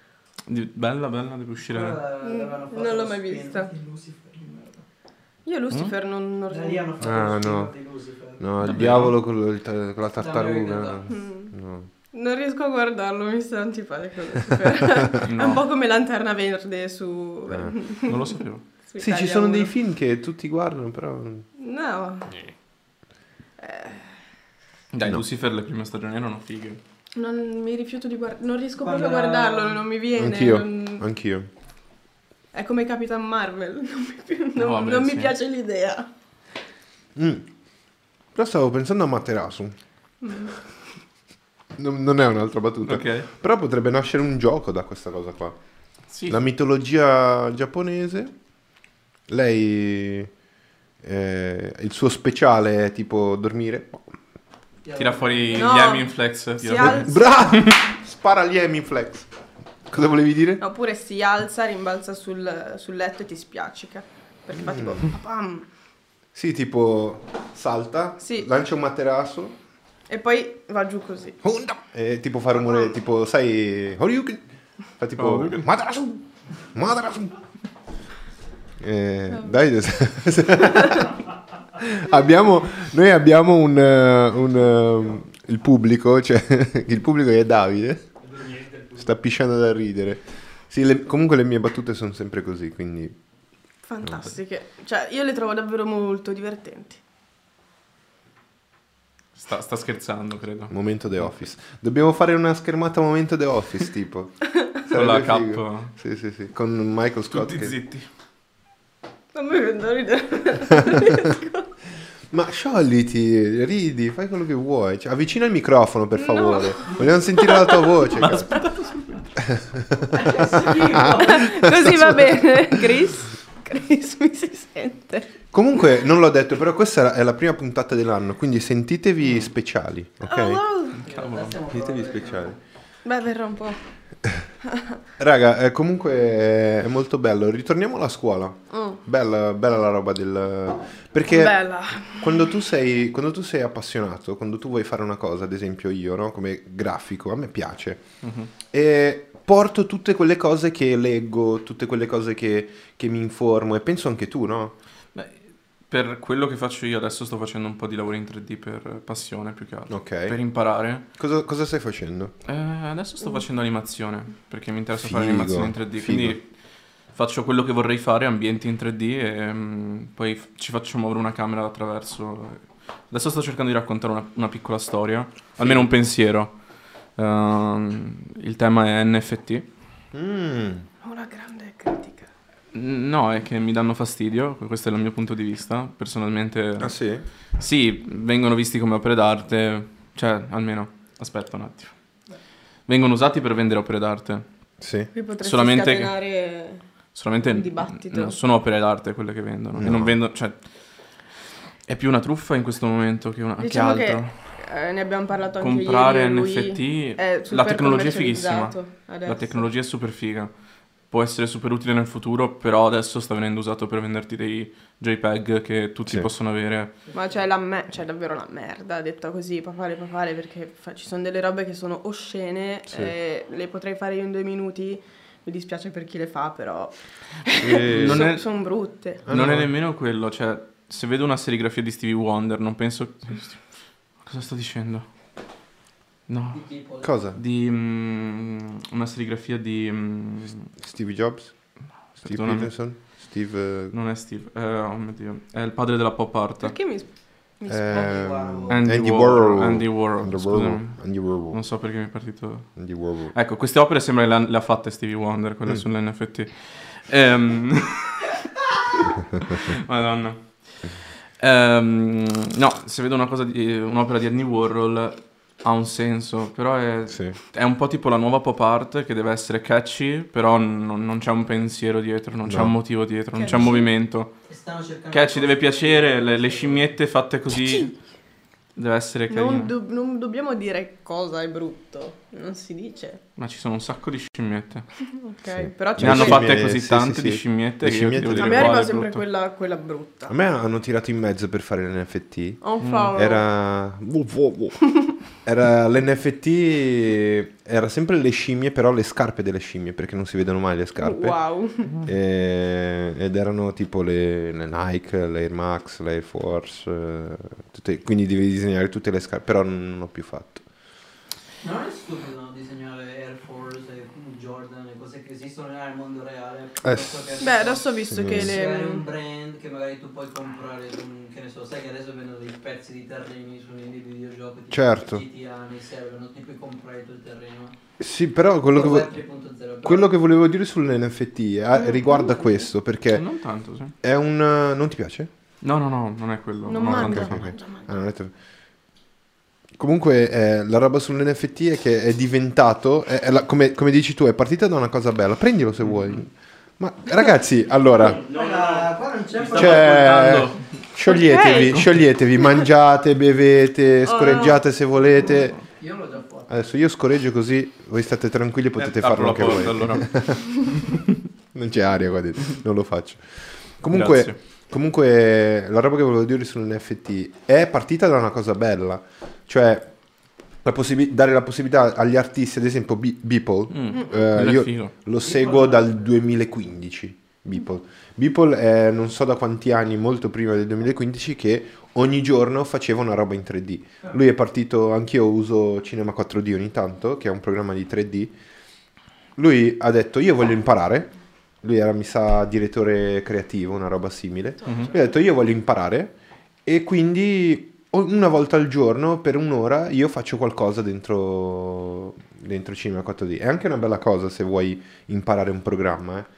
di- bella, bella, deve uscire. Quella Mm, l'avevano fatto non l'ho lo mai spin-off vista. di Lucifer di merda. Io Lucifer non, non Da lì hanno fatto Ah, lo spin-off no. di Lucifer. No, il Davvero? diavolo con, il ta- con la tartaruga. American Mm. No. Non riesco a guardarlo, mi sta antipatico Lucifer. È un po' come Lanterna Verde su... Eh. Non lo sapevo. su Sì, ci Italia sono uno. dei film che tutti guardano, però... No. Dai, No. Lucifer le prime stagioni erano fighe. Non mi rifiuto di guardare, non riesco Quando proprio a era- guardarlo, non mi viene. Anch'io, non- anch'io. È come Capitan Marvel, non mi, pi- non- No, vabbè, non mi sì. piace l'idea. Mm. Però stavo pensando a Materasu. Non, non è un'altra battuta. Ok. Però potrebbe nascere un gioco da questa cosa qua. Sì. La mitologia giapponese, lei, eh, il suo speciale è tipo dormire. Tira fuori No. gli Emin Flex. Si tira fuori- alza. Bravo! Spara gli Emi Flex. Cosa volevi dire? Oppure si alza, rimbalza sul, sul letto e ti spiaccica. Perché fa tipo... pam. Sì, tipo salta, Sì. lancia un materasso E poi va giù così. e tipo fa rumore, tipo, sai, Horyuken? Fa tipo, Horyuken. Materasu! Materasu! Eh, dai, abbiamo, noi abbiamo un, eh, un, eh, il pubblico, cioè il pubblico è Davide, sta pisciando da ridere. Sì, le- comunque le mie battute sono sempre così, quindi... Fantastiche. Cioè, io le trovo davvero molto divertenti. Sta, sta scherzando, credo. Momento The Office. Dobbiamo fare una schermata momento The Office, tipo. Con la Sarebbe K. figo. Sì, sì, sì. Con Michael Scott. Tutti che- zitti. Non mi viene da ridere. Non riesco. Ma sciogliti, ridi, fai quello che vuoi. Cioè, avvicina il microfono, per favore. Vogliamo sentire la tua voce. cazzo. Così va bene. Chris? Chris mi si sente. Comunque, non l'ho detto, però questa è la prima puntata dell'anno, quindi sentitevi speciali, ok? Oh, wow. In realtà stiamo Sentitevi provando- speciali. Beh, verrà un po'. Raga, eh, comunque è molto bello. Ritorniamo alla scuola. Mm. Bella, bella la roba del... Perché Bella. quando tu sei, quando tu sei appassionato, quando tu vuoi fare una cosa, ad esempio io, no? Come grafico, a me piace. Mhm. E porto tutte quelle cose che leggo, tutte quelle cose che, che mi informo e penso anche tu, no? Beh, per quello che faccio io adesso sto facendo un po' di lavoro in tre D per passione più che altro. Ok. Per imparare. Cosa, cosa stai facendo? Eh, adesso sto facendo animazione perché mi interessa fare Figo, animazione in tre D, figo. quindi faccio quello che vorrei fare, ambienti in tre D e mm, poi f- ci faccio muovere una camera attraverso. Adesso sto cercando di raccontare una, una piccola storia, almeno un pensiero. Ehm, il tema è N F T. Mm. Una grande critica. N- No, è che mi danno fastidio, questo è il mio punto di vista. Personalmente, Ah sì? sì, vengono visti come opere d'arte, cioè almeno, aspetta un attimo. Vengono usati per vendere opere d'arte. Sì. Qui potresti Solamente che- scatenare Solamente un dibattito. non sono opere d'arte quelle che vendono. E No. non vendono, cioè, è più una truffa in questo momento che, una, che Diciamo che altro. eh, ne abbiamo parlato anche Comprare ieri. lui N F T, è la super tecnologia è fighissima. commercializzato adesso. La tecnologia è super figa. Può essere super utile nel futuro, però adesso sta venendo usato per venderti dei JPEG che tutti Sì. possono avere. Ma c'è la me- c'è davvero la merda, detta così, papale papale, perché fa- ci sono delle robe che sono oscene, Sì. e le potrei fare io in due minuti, mi dispiace per chi le fa, però E- Non sono è- brutte. Ah, non no. è nemmeno quello, cioè, se vedo una serigrafia di Stevie Wonder, non penso... Cosa sto dicendo? No. Di people. Cosa? Di mm, una serigrafia di... mm, Steve Jobs? Steve Perdonami. Peterson? Steve... non è Steve, eh, oh mio Dio, è il padre della pop art. Perché mi, mi eh, sposti? Andy, Andy Warhol. Warhol. Andy Warhol, Andy scusami. Warhol. Andy Warhol. Non so perché mi è partito... Andy Warhol. Ecco, queste opere sembra che le ha, le ha fatte Stevie Wonder, quelle Mm. sull'N F T. Ehm, Madonna. Ehm, no, se vedo una cosa di, un'opera di Andy Warhol ha un senso, però è, Sì. è un po' tipo la nuova pop art che deve essere catchy, però non, non c'è un pensiero dietro, non c'è No. un motivo dietro, non c'è Catchy. un movimento. E stanno cercando Catchy deve cose- piacere, le, le scimmiette fatte così deve essere carino. Non, do- non dobbiamo dire cosa è brutto, non si dice. Ma ci sono un sacco di scimmiette. Ok, Sì. però Ne c'è hanno quella- fatte Scimmie- così sì, tante sì, di sì. scimmiette Le che io ti scimmiette devo A dire me quale arriva è sempre brutto. quella, quella brutta. A me hanno tirato in mezzo per fare l'N F T. Un Mm. favolo. Era... Era l'N F T... Era sempre le scimmie, però le scarpe delle scimmie, perché non si vedono mai le scarpe. Wow. E- ed erano tipo le, le Nike, le Air Max, le Air Force, eh, tutte- quindi devi disegnare tutte le scarpe, però non ho più fatto. Ma non è stupido no, disegnare Air Force e Jordan e cose che esistono nel mondo reale. piuttosto che- Beh, adesso ho visto Sì. che Magari un le... brand che magari tu puoi comprare, mm, che ne so, sai che adesso vendono dei pezzi di terreni su nei videogiochi tipo Certo. G T A, nei server, ti puoi comprare tu il terreno. Sì, però quello che, vo- Web tre punto zero, però- quello che volevo dire sull'N F T eh, riguarda questo, perché Non tanto, sì. è un... non ti piace? No, no, no, non è quello. Non No, mangia, ok, ok. mangia, mangia. Ah, non è te- Comunque eh, la roba sull'N F T è che è diventato, è- è la- come, come dici tu, è partita da una cosa bella, prendilo se vuoi. Ma ragazzi, allora, Guarda, qua non c'è Stavo cioè, ascoltando. scioglietevi, Ok. scioglietevi, mangiate, bevete, scorreggiate se volete. Io l'ho già fatto. Adesso io scorreggio così voi state tranquilli e potete Eh, farlo apro anche la voi. porta, allora. Non c'è aria qua dentro, non lo faccio. Comunque, Grazie. comunque la roba che volevo dire sull'N F T è partita da una cosa bella, cioè la possibi- dare la possibilità agli artisti, ad esempio Be- Beeple, Mm, eh, quello è io figo. lo seguo dal duemilaquindici. Beeple. Beeple è non so da quanti anni, molto prima del duemilaquindici, che ogni giorno faceva una roba in tre D. Lui è partito, anch'io uso Cinema quattro D ogni tanto, che è un programma di tre D. Lui ha detto io voglio imparare, lui era mi sa direttore creativo, una roba simile. Mhm. Lui ha detto io voglio imparare e quindi o- una volta al giorno per un'ora io faccio qualcosa dentro, dentro Cinema quattro D. È anche una bella cosa se vuoi imparare un programma, eh.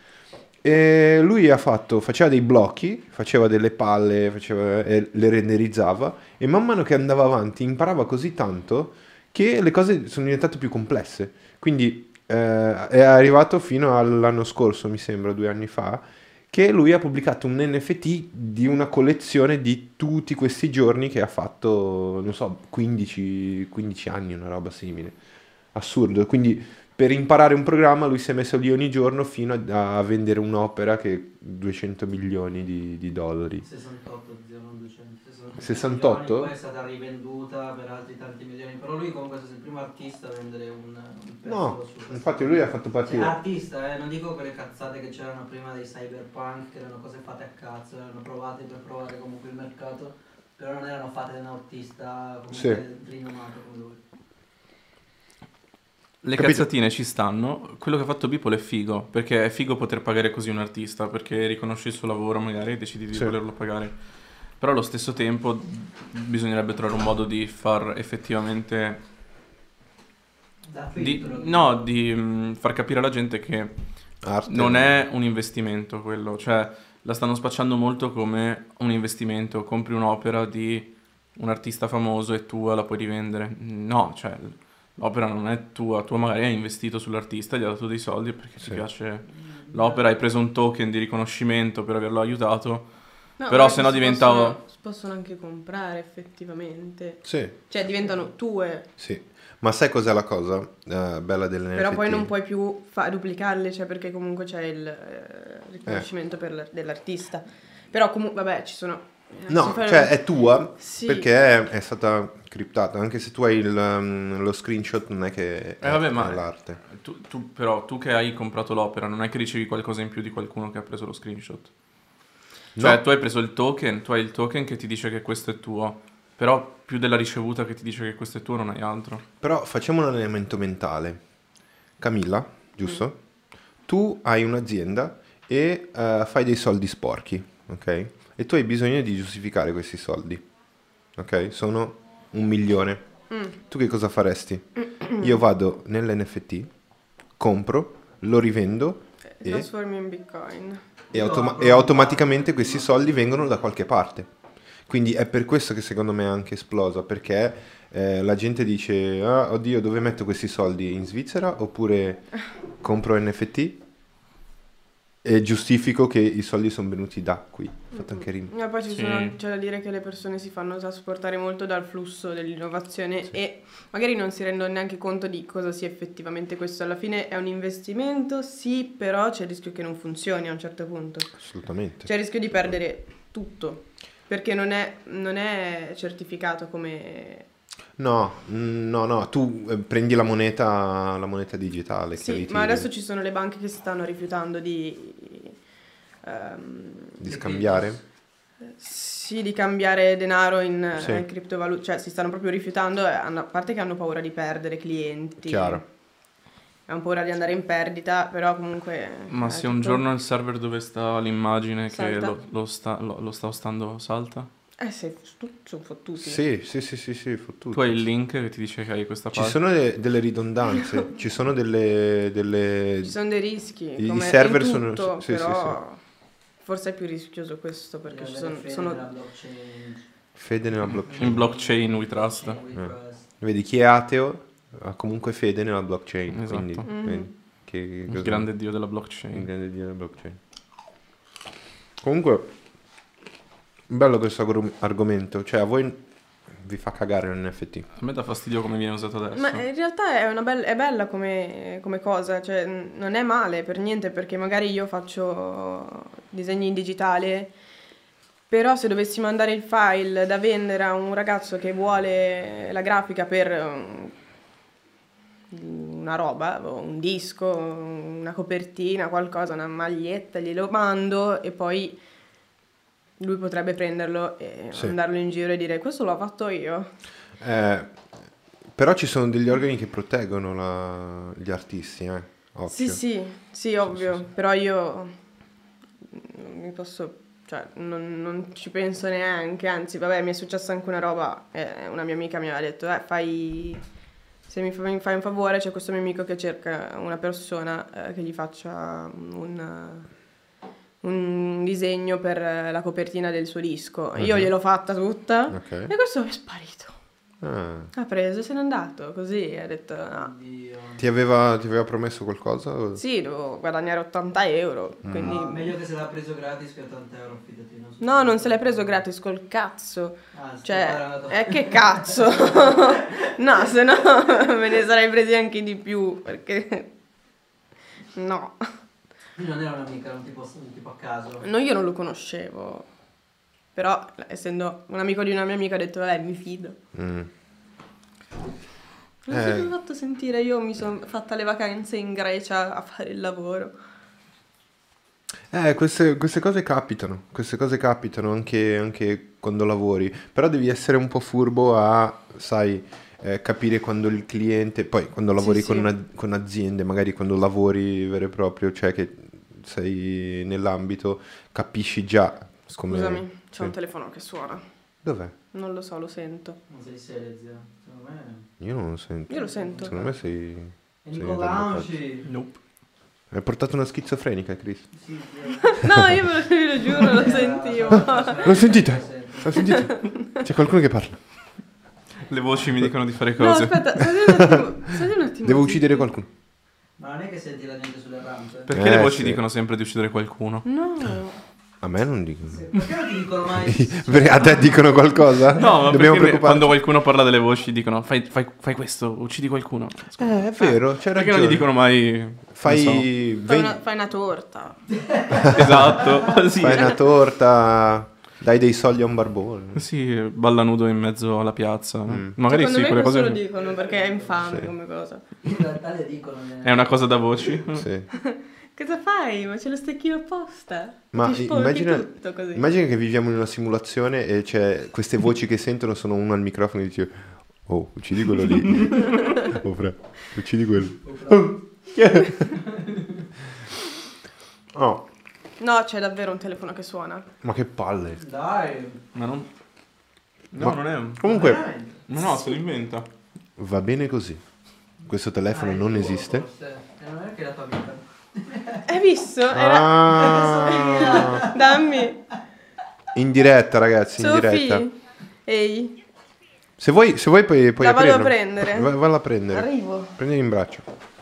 E lui ha fatto, faceva dei blocchi, faceva delle palle, faceva, e le renderizzava e man mano che andava avanti imparava così tanto che le cose sono diventate più complesse. Quindi eh, è arrivato fino all'anno scorso, mi sembra, due anni fa, che lui ha pubblicato un N F T di una collezione di tutti questi giorni che ha fatto, non so, quindici, quindici anni, una roba simile. assurdo. Quindi per imparare un programma lui si è messo lì ogni giorno fino a, a vendere un'opera che è duecento milioni di, di dollari. sessantotto, zio, non duecento. sessantotto? Milioni, poi è stata rivenduta per altri tanti milioni. Però lui comunque è stato il primo artista a vendere un, un pezzo No, su infatti lui ha fatto Cioè, partire. artista, eh, non dico quelle cazzate che c'erano prima dei cyberpunk, che erano cose fatte a cazzo, erano provate per provare comunque il mercato, però non erano fatte da un artista comunque rinomato come lui. Le Capito? cazzatine ci stanno, quello che ha fatto Beeple è figo, perché è figo poter pagare così un artista, perché riconosci il suo lavoro magari e decidi di Sì. volerlo pagare. Però allo stesso tempo bisognerebbe trovare un modo di far effettivamente... Da Di, filtro. no, di mh, far capire alla gente che Arte. non è un investimento quello, cioè la stanno spacciando molto come un investimento, compri un'opera di un artista famoso e tua la puoi rivendere. No, cioè l'opera non è tua, tu magari hai investito sull'artista, gli hai dato dei soldi perché Sì. ti piace l'opera, hai preso un token di riconoscimento per averlo aiutato, No, però ma se no si diventa... possono, si possono anche comprare effettivamente. Sì, Cioè diventano tue, sì. Ma sai cos'è la cosa eh, bella delle N F T? però poi non puoi più fa- duplicarle, cioè perché comunque c'è il eh, riconoscimento per l'ar- dell'artista. Però comunque, vabbè, ci sono... eh, No, si fa- cioè è tua Sì. perché è, è stata criptata. Anche se tu hai il, um, lo screenshot, non è che è, Eh vabbè, ma è l'arte. tu, tu- però tu che hai comprato l'opera non è che ricevi qualcosa in più di qualcuno che ha preso lo screenshot. Cioè No. tu hai preso il token, tu hai il token che ti dice che questo è tuo, però più della ricevuta che ti dice che questo è tuo non hai altro. Però facciamo un allenamento mentale. Camilla, giusto? Tu hai un'azienda e eh, fai dei soldi sporchi, ok? E tu hai bisogno di giustificare questi soldi, ok? Sono un milione. Mm. Tu che cosa faresti? Io vado nell'N F T, compro, lo rivendo e, Trasformi in Bitcoin. e, automa- e automaticamente questi soldi vengono da qualche parte. Quindi è per questo che secondo me è anche esplosa, perché eh, la gente dice, ah, oddio, dove metto questi soldi? In Svizzera? Oppure compro N F T e giustifico che i soldi sono venuti da qui. Ho fatto anche rima. E poi ci Sì. sono, c'è da dire che le persone si fanno trasportare molto dal flusso dell'innovazione e magari non si rendono neanche conto di cosa sia effettivamente questo. Alla fine è un investimento, sì, però c'è il rischio che non funzioni a un certo punto. Assolutamente. C'è il rischio di perdere tutto, perché non è, non è certificato come... No, mm, no, no, tu eh, prendi la moneta, la moneta digitale. che Sì, ritiri. ma adesso ci sono le banche che si stanno rifiutando di... ehm, Di scambiare? Sì, di cambiare denaro in, Sì. in criptovalute, cioè si stanno proprio rifiutando, e hanno- a parte che hanno paura di perdere clienti, Chiaro. hanno paura di andare in perdita, però comunque... Ma è se un tutto- giorno il server dove sta l'immagine che Salta. lo, lo sta, lo, lo sta ostando salta, Eh sì, tu- sono fottuti. Sì, sì, sì, sì, sì, fottuto. tu hai il link che ti dice che hai questa Ci pagina. sono de- delle ridondanze, ci sono delle... delle... Ci sono dei rischi, I- i come server in sono- tutto, sì, sì, però forse è più rischioso questo, perché ci sono... sono- Nella blockchain, Fede nella blockchain. In blockchain we trust. we Eh. trust. Vedi, chi è ateo ha comunque fede nella blockchain. Esatto. Quindi, Mhm. vedi, che, Il cosa- grande dio della il blockchain. grande dio della blockchain. Comunque, bello questo arg- argomento. Cioè, a voi vi fa cagare un N F T? A me dà fastidio come viene usato adesso. Ma in realtà è, una bella, è bella come, come cosa, cioè n- non è male per niente, perché magari io faccio disegni in digitale, però se dovessi mandare il file da vendere a un ragazzo che vuole la grafica per um, una roba, o un disco, una copertina, qualcosa, una maglietta, glielo mando e poi lui potrebbe prenderlo e Sì. mandarlo in giro e dire questo l'ho fatto io. Eh, però ci sono degli organi che proteggono la- gli artisti, eh. Occhio. Sì, sì, sì, ovvio, però io non mi posso, cioè, non, non ci penso neanche, anzi, vabbè, mi è successa anche una roba, eh, una mia amica mi aveva detto, eh, fai, se mi, fa- mi fai un favore, c'è questo mio amico che cerca una persona eh, che gli faccia un, un disegno per la copertina del suo disco. Io Mhm. gliel'ho fatta tutta Ok. e questo è sparito. Ah. Ha preso e se n'è andato, così ha detto no. Oddio. Ti aveva, ti aveva promesso qualcosa? Sì, devo guadagnare ottanta euro, Mm. quindi... No, meglio che se l'ha preso gratis che ottanta euro, fidati. Non so. No, non se l'è preso gratis col cazzo. Ah, sto Cioè, parlando- eh, che cazzo? No, se no me ne sarei presi anche di più, perché... No. Non era un'amica, era un tipo, un tipo a caso. No, io non lo conoscevo. Però, essendo un amico di una mia amica, ho detto, eh, mi fido. Mm. Non Eh. si è fatto sentire, io mi sono fatta le vacanze in Grecia a fare il lavoro. Eh, queste, queste cose capitano, queste cose capitano anche, anche quando lavori, però devi essere un po' furbo a, sai, eh, capire quando il cliente, poi quando lavori Sì, con, sì. una- con aziende, magari quando lavori vero e proprio, cioè che sei nell'ambito, capisci già come... Scusami, c'è sì. un telefono che suona. Dov'è? Non lo so, lo sento. Non sei serio, zio. Secondo me... Io non lo sento. Io lo sento. Secondo me sei... E sei Nico andato a casa. Lanci. Nope. Hai portato una schizofrenica, Chris. Sì, zio. No, io ve lo, ve lo giuro, lo sentivo. Lo sentite? Lo sentite? C'è qualcuno che parla. Le voci mi dicono di fare No, cose. aspetta, stai un attimo. Stai un attimo. Devo zitti. uccidere qualcuno. Ma non è che senti la gente sulle rampe? Perché Eh, le voci sì. dicono sempre di uccidere qualcuno? No. A me non dicono. Sì. Perché non ti dicono mai? Perché a te dicono qualcosa? No, ma Dobbiamo perché preoccuparci. quando qualcuno parla delle voci dicono fai, fai, fai questo, uccidi qualcuno. Eh, è vero, c'è Perché ragione. non gli dicono mai... Fai, non Fai vegli- una, fai una torta. so. Esatto. Sì. fai una torta, dai dei soldi a un barbone. Sì, balla nudo in mezzo alla piazza. Mm. Magari Secondo sì, me quelle questo cose... lo dicono perché è infame Sì. come cosa. In realtà le dicono. È una cosa da voci. Sì. Cosa fai? Ma c'è lo stecchino apposta. Ma Ti sporchi immagina, tutto così. immagina che viviamo in una simulazione e c'è queste voci che sentono, sono uno al microfono e dice oh, uccidi quello lì. Oh, fra, uccidi quello. Oh, No, c'è davvero un telefono che suona. ma che palle. Dai. Ma non... No, Ma- non è... un- Comunque, Veramente? No, no, se lo inventa. va bene così. Questo telefono Ah, è non tuo, esiste. forse. E non è che è la tua vita. Hai visto? Era... Ah, Dammi. in diretta, ragazzi, in diretta. Sofì. Ehi, Se vuoi, se vuoi puoi, puoi la vado a aprirlo. prendere. Va- Valla a prendere. Arrivo. Prendili in braccio.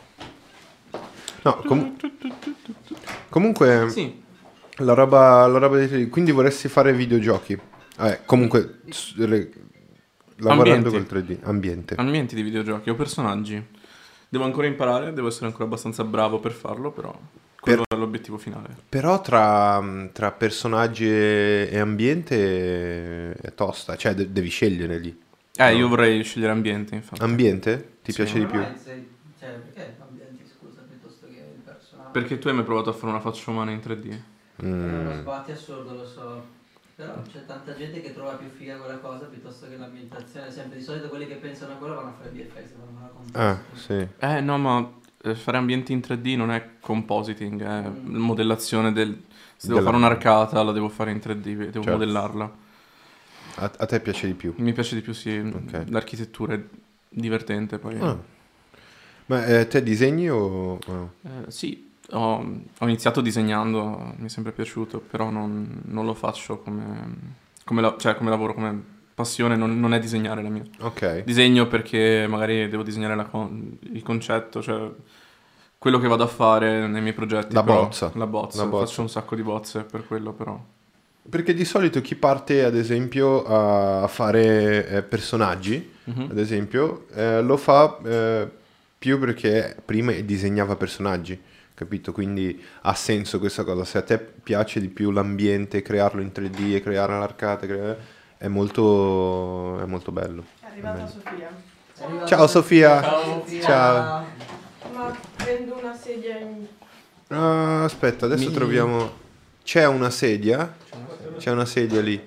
No, com- comunque Sì. la roba, la roba di... Quindi vorresti fare videogiochi. Vabbè, comunque s- re- lavorando Ambienti. col tre D. Ambiente. Ambienti di videogiochi o personaggi. Devo ancora imparare, devo essere ancora abbastanza bravo per farlo, però quello è l'obiettivo finale. Però tra, tra personaggi e, e ambiente è tosta. Cioè de- devi scegliere lì. Eh, No. io vorrei scegliere ambiente, infatti. Ambiente? Ti Sì. piace di Ma più? ormai sei- Cioè, perché ambienti, scusa, piuttosto che il personaggio? Perché tu hai mai provato a fare una faccia umana in tre D? È uno Mm. sbatti assurdo, lo so. Però c'è tanta gente che trova più figa quella cosa piuttosto che l'ambientazione. Sempre di solito quelli che pensano a quello vanno a fare B F X, vanno a Ah, contesto. sì. Eh, no, ma eh, fare ambienti in tre D non è compositing, è modellazione del... Se devo Della- fare un'arcata la devo fare in tre D, devo Certo. modellarla. A, a te piace di più? Mi piace di più, sì, Ok. l'architettura è divertente poi. Ah. Ma eh, te disegni o... no? Eh, sì, ho, ho iniziato disegnando, mi è sempre piaciuto, però non, non lo faccio come, come, la- cioè, come lavoro, come passione, non, non è disegnare la mia. Ok. Disegno perché magari devo disegnare la con- il concetto, cioè quello che vado a fare nei miei progetti. La però- bozza. La bozza, La bozza. faccio un sacco di bozze per quello però. Perché di solito chi parte, ad esempio, a fare eh, personaggi, Mhm. ad esempio, eh, lo fa eh, più perché prima disegnava personaggi, capito? Quindi ha senso questa cosa. Se a te piace di più l'ambiente, crearlo in tre D e creare l'arcata, crea- è molto, è molto bello. È arrivata Sofia. È arrivata Ciao, Sofia. Sofia. Ciao. Ma prendo una sedia in... Ah, aspetta, adesso Mi- troviamo... C'è una sedia? C'è una sedia lì.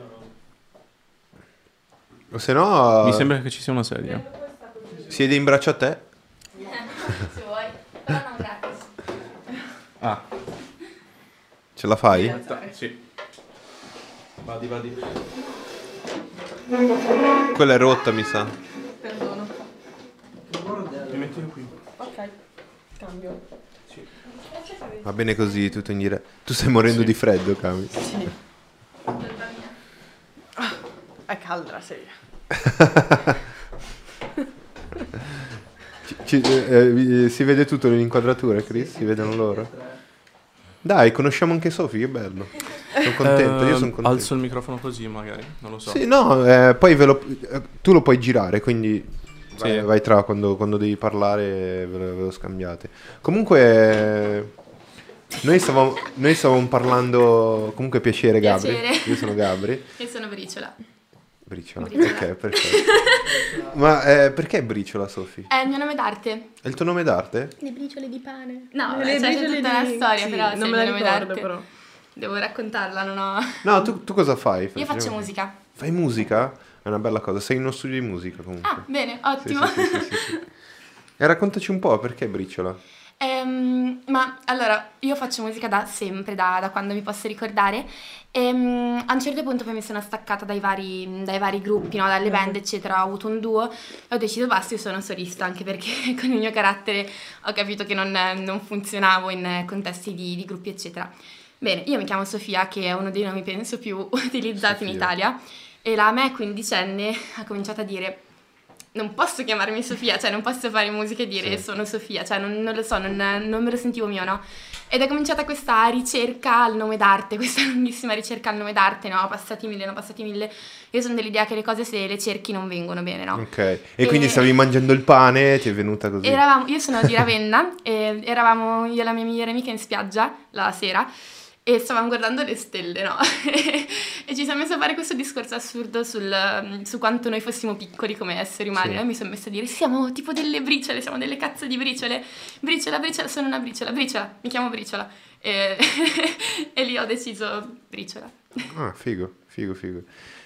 O se no... Mi sembra che ci sia una sedia. Siedi in braccio a te? Se vuoi, però non gratis. Ah, Ce la fai? sì. Vadi, vadi. Quella è rotta, mi sa. Perdono. Che bordello. Mi metti qui. Ok, cambio. Va bene così, tutto in diretta. Tu stai morendo Sì. di freddo, Cami. Sì. È calda la sedia. Ci- ci- eh, vi- si vede tutto nell'inquadratura, Chris? Si vedono loro? Dai, conosciamo anche Sofì, che bello. Sono contento, io sono Eh, contento. alzo il microfono così magari, non lo so. Sì, no, eh, poi ve lo, eh, tu lo puoi girare, quindi vai, Sì. vai tra quando, quando devi parlare ve lo, ve lo scambiate. Comunque, eh, noi stavamo, noi stavamo parlando, comunque piacere Gabri, Piacere. io sono Gabri. Io sono Briciola. Briciola, Briciola. ok, perfetto. Ma eh, perché Briciola, Sofì? È il mio nome d'arte. È il tuo nome d'arte? Le briciole di pane. No, Le vabbè, c'è briciole tutta una di- storia, sì, però c'è non il me la mio nome ricordo d'arte. però. Devo raccontarla, non ho... No, tu, tu cosa fai? Io faccio musica. Fai musica? È una bella cosa, sei in uno studio di musica comunque. Ah, bene, Sì, ottimo. sì, sì, sì, sì, sì. E raccontaci un po' perché Briciola? Ehm, ma allora, io faccio musica da sempre, da, da quando mi posso ricordare. Ehm, a un certo punto poi mi sono staccata dai vari, dai vari gruppi, no? Dalle band, eccetera. Ho avuto un duo e ho deciso basta, io sono solista, anche perché con il mio carattere ho capito che non, non funzionavo in contesti di, di gruppi, eccetera. Bene, io mi chiamo Sofia, che è uno dei nomi penso più utilizzati in Sofia. Italia, e la me quindicenne ha cominciato a dire non posso chiamarmi Sofia, cioè non posso fare musica e dire Sì. sono Sofia, cioè non, non lo so, non, non me lo sentivo mio, no? Ed è cominciata questa ricerca al nome d'arte, questa lunghissima ricerca al nome d'arte, no? Passati mille, no? Passati mille. Io sono dell'idea che le cose se le cerchi non vengono bene, no? Ok, e quindi E- stavi mangiando il pane e ti è venuta così? Eravamo, io sono di Ravenna, e eravamo io e la mia migliore amica in spiaggia la sera e stavamo guardando le stelle, no? E ci siamo messi a fare questo discorso assurdo sul, su quanto noi fossimo piccoli come esseri umani. Sì. E mi sono messa a dire siamo tipo delle briciole, siamo delle cazzo di briciole. Briciola, briciola, sono una briciola, briciola, mi chiamo Briciola. E, e lì ho deciso Briciola. Ah, figo, figo, figo.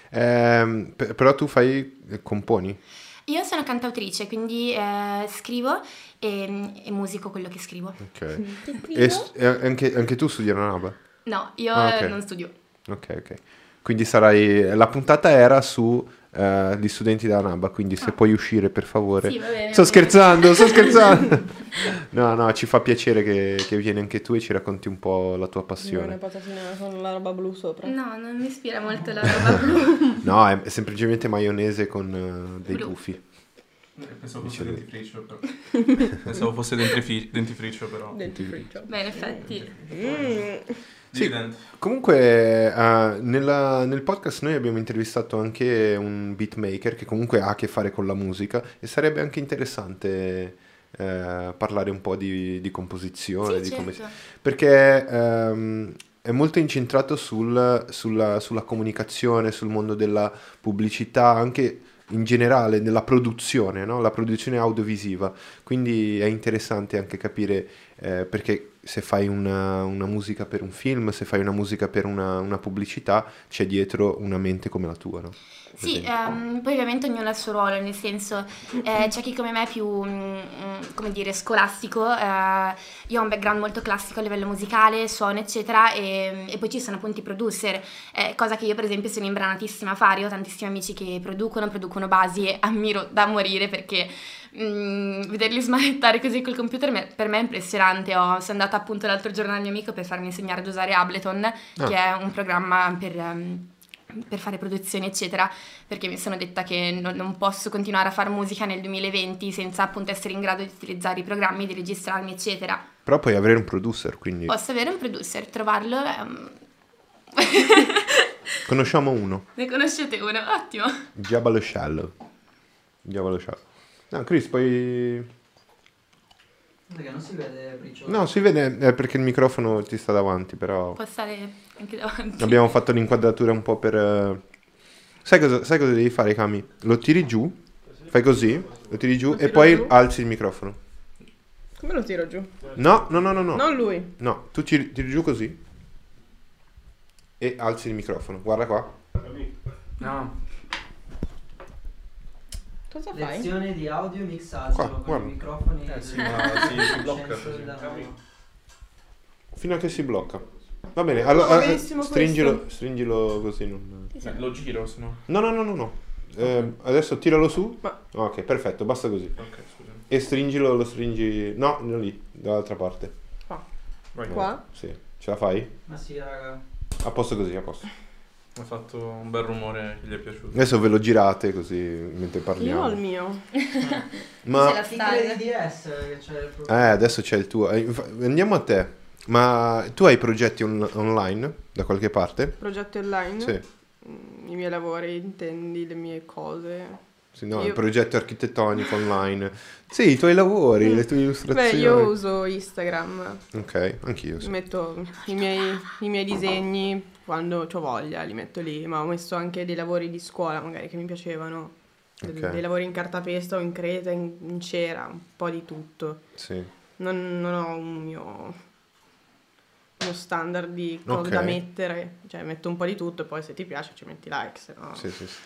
Ehm, pe- però tu fai, eh, componi? Io sono cantautrice, quindi eh, scrivo e, e musico quello che scrivo. Ok. E, s- e anche, anche tu studi a Naba? No, io Ah, ok. eh, non studio. Ok, ok. Quindi sarai... La puntata era su eh, gli studenti da Naba, quindi se Ah. puoi uscire per favore. Sì, va bene. Sto va bene. scherzando, sto scherzando. No, no, ci fa piacere che, che vieni anche tu e ci racconti un po' la tua Io le passione. patatine con la roba blu sopra. No, non mi ispira molto la roba blu. No, è, è semplicemente maionese con eh, dei Blu. gufi. Pensavo Dice fosse lui. dentifricio, però. Pensavo fosse dentrifi- dentifricio, però. Dentifricio. Beh, in effetti. Mm. Sì. Dividend. Comunque, eh, nella- nel podcast noi abbiamo intervistato anche un beatmaker che comunque ha a che fare con la musica e sarebbe anche interessante eh, parlare un po' di, di composizione, Sì, di come- certo. perché ehm, è molto incentrato sul- sulla, sulla comunicazione, sul mondo della pubblicità, anche in generale nella produzione, no? La produzione audiovisiva. Quindi è interessante anche capire eh, perché se fai una, una musica per un film, se fai una musica per una, una pubblicità, c'è dietro una mente come la tua, no? Per Sì, esempio. ehm, poi ovviamente ognuno ha il suo ruolo, nel senso eh, c'è chi come me è più, mm, mm, come dire, scolastico, eh, io ho un background molto classico a livello musicale, suono eccetera e, e poi ci sono appunto i producer, eh, cosa che io per esempio sono imbranatissima a fare, ho tantissimi amici che producono, producono basi e ammiro da morire perché mm, vederli smanettare così col computer me- per me è impressionante. Ho, sono andata appunto l'altro giorno dal mio amico per farmi insegnare ad usare Ableton, che è un programma per... ehm, per fare produzioni eccetera, perché mi sono detta che non, non posso continuare a fare musica nel duemilaventi senza appunto essere in grado di utilizzare i programmi, di registrarmi eccetera. Però puoi avere un producer, quindi Posso avere un producer, trovarlo, ehm, conosciamo uno, ne conoscete uno, ottimo. Giabalo Shallow. Giabalo Shallow. No, Chris, poi... Perché non si vede Briciola? No, si vede eh, perché il microfono ti sta davanti, però... Può stare anche davanti. Abbiamo fatto l'inquadratura un po' per... eh, Sai cosa, sai cosa devi fare, Cami? Lo tiri giù, fai così, lo tiri giù Lo e tiro poi giù? alzi il microfono. Come lo tiro giù? No, no, no, no, no. Non lui. No, tu tiri, tiri giù così e alzi il microfono. Guarda qua. No. Cosa fai? Lezione di audio e mixaggio Qua, con guarda. i microfoni. Eh sì, del- ma si- si del blocca censo così. della- Fino a che si blocca. Va bene, allora va eh, benissimo stringilo, questo. stringilo così. Non... Eh, lo giro, se no. No, no, no, no, no. Eh, adesso tiralo su. Ma- Ok, perfetto, basta così. Ok, scusa. E stringilo, lo stringi... No, non lì, dall'altra parte. Qua. Vai. Qua? Sì, ce la fai? Ma sì, raga. A posto così, a posto. Ha fatto un bel rumore che gli è piaciuto. Adesso ve lo girate così mentre parliamo. Io ho il mio. Ma C'è la Sì, stalla. credi di essere che c'è il problema. eh, adesso c'è il tuo. Eh, infa- Andiamo a te. Ma tu hai progetti on- online da qualche parte? Progetti online. Sì. Mm, I miei lavori, intendi, le mie cose. Sì, no, Io- il progetto architettonico online. Sì, i tuoi lavori, le tue Beh, illustrazioni. io uso Instagram. Ok, anch'io. Sì. Metto i miei, i miei disegni quando ho voglia, li metto lì, ma ho messo anche dei lavori di scuola magari che mi piacevano, de- Ok. dei lavori in cartapesta o in creta, in, in cera, un po' di tutto. Sì. Non, non ho un mio, uno standard di cosa Ok. da mettere, cioè metto un po' di tutto e poi se ti piace ci metti like, se no... Sì, sì, sì.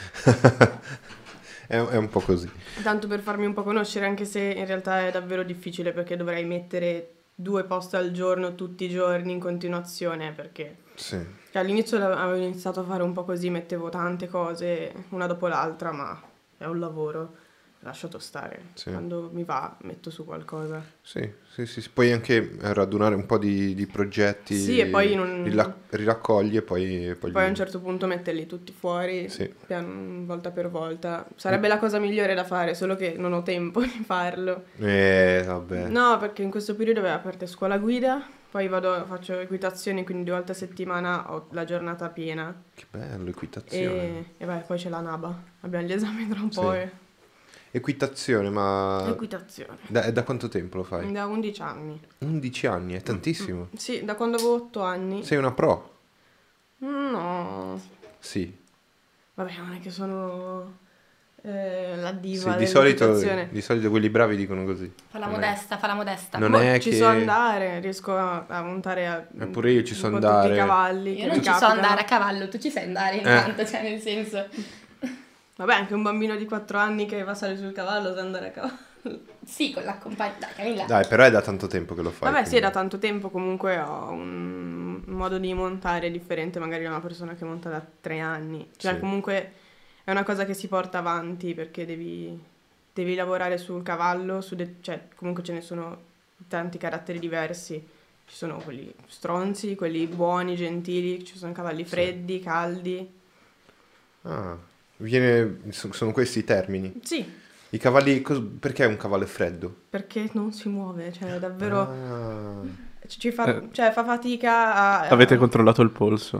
è, è un po' così. Tanto per farmi un po' conoscere, anche se in realtà è davvero difficile perché dovrei mettere due post al giorno tutti i giorni in continuazione perché... Sì. Cioè, all'inizio l'av- avevo iniziato a fare un po' così, mettevo tante cose una dopo l'altra, ma è un lavoro, lasciato stare. Sì. Quando mi va metto su qualcosa. Sì, sì, sì, sì. Puoi anche radunare un po' di, di progetti, Sì, e poi non- rila- riraccogli e poi... poi Poi a li- un certo punto metterli tutti fuori, Sì. pian- volta per volta. Sarebbe la cosa migliore da fare, solo che non ho tempo di farlo. Eh, vabbè. No, perché in questo periodo avevo aperto scuola guida, poi vado, faccio equitazioni, quindi due volte a settimana ho la giornata piena. Che bello, equitazione. E, e beh, poi c'è la NABA, abbiamo gli esami tra un Sì. po'. E... Equitazione, ma... Equitazione. Da, da quanto tempo lo fai? Da undici anni. undici anni, è tantissimo. Sì, da quando avevo otto anni. Sei una pro? No, Sì. vabbè, non è che sono eh, la diva Sì, di solito, dell'equitazione. di solito quelli bravi dicono così. Fa la Non è- modesta, fa la modesta. Non Boh, è ci che- so andare, riesco a, a montare a, Eppure io ci so un po' andare. tutti i cavalli che Io non mi ci so capitano. andare a cavallo, tu ci sai andare intanto, cioè nel senso... Vabbè, anche un bambino di quattro anni che va a salire sul cavallo sa andare a cavallo. Sì, con l'accompagno... Dai, Camilla. Dai, però è da tanto tempo che lo fai. Vabbè, sì, è quindi- da tanto tempo comunque ho un modo di montare differente magari da una persona che monta da tre anni. Cioè, Sì. comunque è una cosa che si porta avanti perché devi, devi lavorare sul cavallo, su de- cioè comunque ce ne sono tanti caratteri diversi. Ci sono quelli stronzi, quelli buoni, gentili, ci sono cavalli freddi, caldi. Ah, viene... so- sono questi i termini. Sì, I cavalli... cos- Perché un cavallo è freddo? perché non si muove, cioè davvero Ah, ci ci fa, Eh. cioè, fa fatica a... Avete controllato il polso?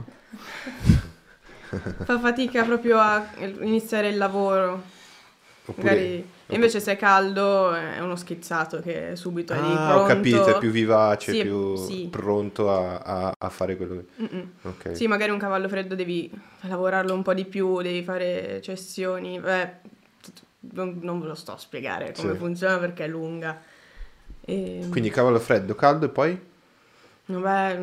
Fa fatica proprio a iniziare il lavoro. oppure... Magari... Invece se è caldo è uno schizzato che subito è lì Ah, pronto. ho capito, è più vivace, Sì, più sì. pronto a, a- a fare quello che... Mm-mm. Ok. Sì, magari un cavallo freddo devi lavorarlo un po' di più, devi fare cessioni. Beh, non, non ve lo sto a spiegare come Sì. funziona perché è lunga. E... Quindi cavallo freddo, caldo e poi? Vabbè,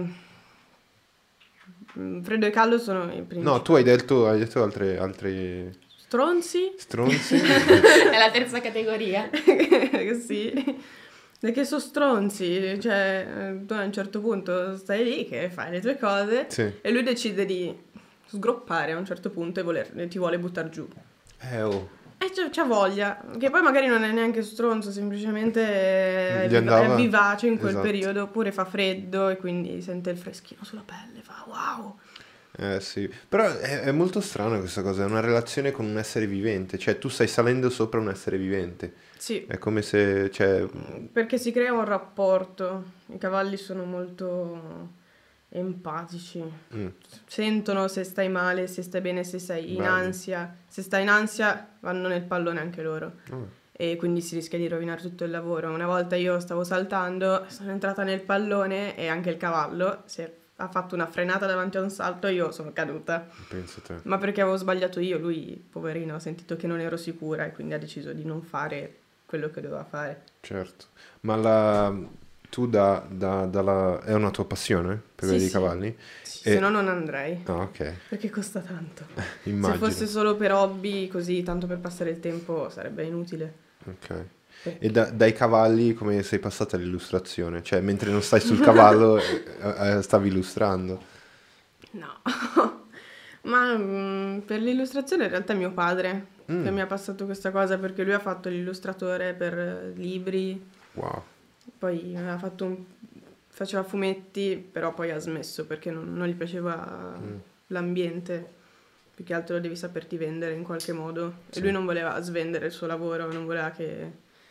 mm, freddo e caldo sono i principali. No, tu hai detto, hai detto altre, altre Stronzi? stronzi. È la terza categoria. Sì, perché sono stronzi, cioè eh, tu a un certo punto stai lì che fai le tue cose Sì. e lui decide di sgroppare a un certo punto e, voler- e ti vuole buttare giù. Eh, oh. E c'ha, c'ha voglia, che poi magari non è neanche stronzo, semplicemente è, Gli viva- andava- è vivace in quel esatto. periodo, oppure fa freddo e quindi sente il freschino sulla pelle, fa wow. Eh sì, però è, è molto strano questa cosa, è una relazione con un essere vivente, cioè tu stai salendo sopra un essere vivente, Sì, è come se, cioè, perché si crea un rapporto, i cavalli sono molto empatici. mm, Sentono se stai male, se stai bene, se sei in Bello. ansia. Se stai in ansia vanno nel pallone anche loro. oh, E quindi si rischia di rovinare tutto il lavoro. Una volta io stavo saltando, sono entrata nel pallone e anche il cavallo si è- ha fatto una frenata davanti a un salto e io sono caduta. penso te. Ma perché avevo sbagliato io, lui, poverino, ha sentito che non ero sicura e quindi ha deciso di non fare quello che doveva fare. Certo, ma la, tu da, da- dalla, è una tua passione per Sì, vedere i sì. cavalli? Sì, E- se no non andrei, Ah, ok, perché costa tanto. immagino. Se fosse solo per hobby, così, tanto per passare il tempo, sarebbe inutile. Ok. E da- dai cavalli come sei passata all'illustrazione? Cioè, mentre non stai sul cavallo, eh, eh, stavi illustrando? No, ma mm, per l'illustrazione in realtà è mio padre Mm. che mi ha passato questa cosa perché lui ha fatto l'illustratore per eh, libri, Wow. poi aveva fatto un- faceva fumetti, però poi ha smesso perché non, non gli piaceva Mm. l'ambiente, più che altro devi saperti vendere in qualche modo. Sì. E lui non voleva svendere il suo lavoro, non voleva che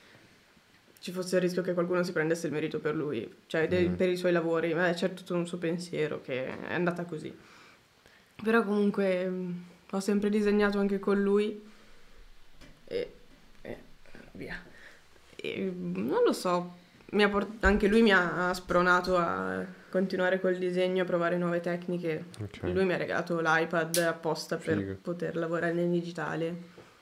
ci fosse il rischio che qualcuno si prendesse il merito per lui, cioè de- Mm. per i suoi lavori, ma è certo tutto un suo pensiero che è andata così. Però comunque mh, ho sempre disegnato anche con lui e, e via. E, non lo so, mi ha port- anche lui mi ha spronato a continuare col disegno, a provare nuove tecniche. Ok. Lui mi ha regalato l'iPad apposta per Figo. poter lavorare nel digitale.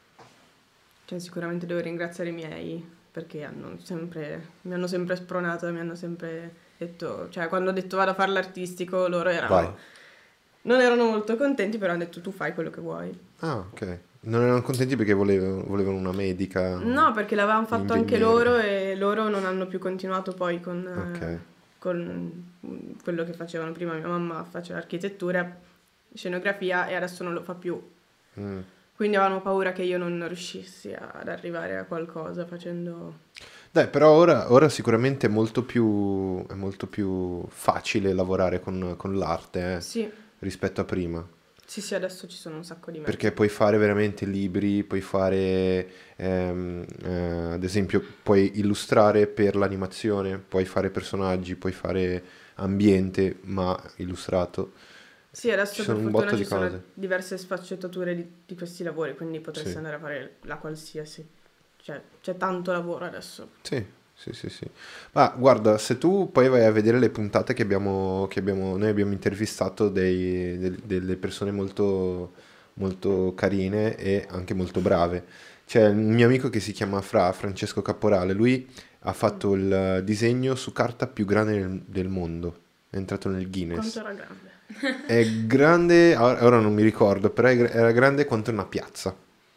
Cioè sicuramente devo ringraziare i miei perché hanno sempre, mi hanno sempre spronato e mi hanno sempre detto, cioè quando ho detto vado a fare l'artistico loro erano, Vai. non erano molto contenti, però hanno detto tu fai quello che vuoi. Ah, ok. Non erano contenti perché volevano, volevano una medica? No, perché l'avevano fatto anche ingegnere. loro e loro non hanno più continuato poi con, Ok. eh, con mm, quello che facevano prima. Mia mamma faceva architettura, scenografia e adesso non lo fa più. Mm. Quindi avevano paura che io non riuscissi ad arrivare a qualcosa facendo... Dai, però ora, ora sicuramente è molto più, è molto più facile lavorare con, con l'arte eh, Sì, rispetto a prima. sì, sì, adesso ci sono un sacco di mezzi. Perché puoi fare veramente libri, puoi fare, ehm, eh, ad esempio, puoi illustrare per l'animazione, puoi fare personaggi, puoi fare ambiente, ma illustrato. Sì, adesso Ci per sono un fortuna botto ci di sono cose. diverse sfaccettature di, di questi lavori, quindi potresti Sì. andare a fare la qualsiasi. Cioè, c'è tanto lavoro adesso. Sì, sì, sì, sì. Ma guarda, se tu poi vai a vedere le puntate che abbiamo, che abbiamo, noi abbiamo intervistato dei- del- delle persone molto, molto carine e anche molto brave. C'è un mio amico che si chiama Fra, Francesco Caporale, lui ha fatto il disegno su carta più grande del, del mondo, è entrato nel Guinness. Quanto era grande. È grande, ora ora non mi ricordo, però è gra- era grande quanto una piazza.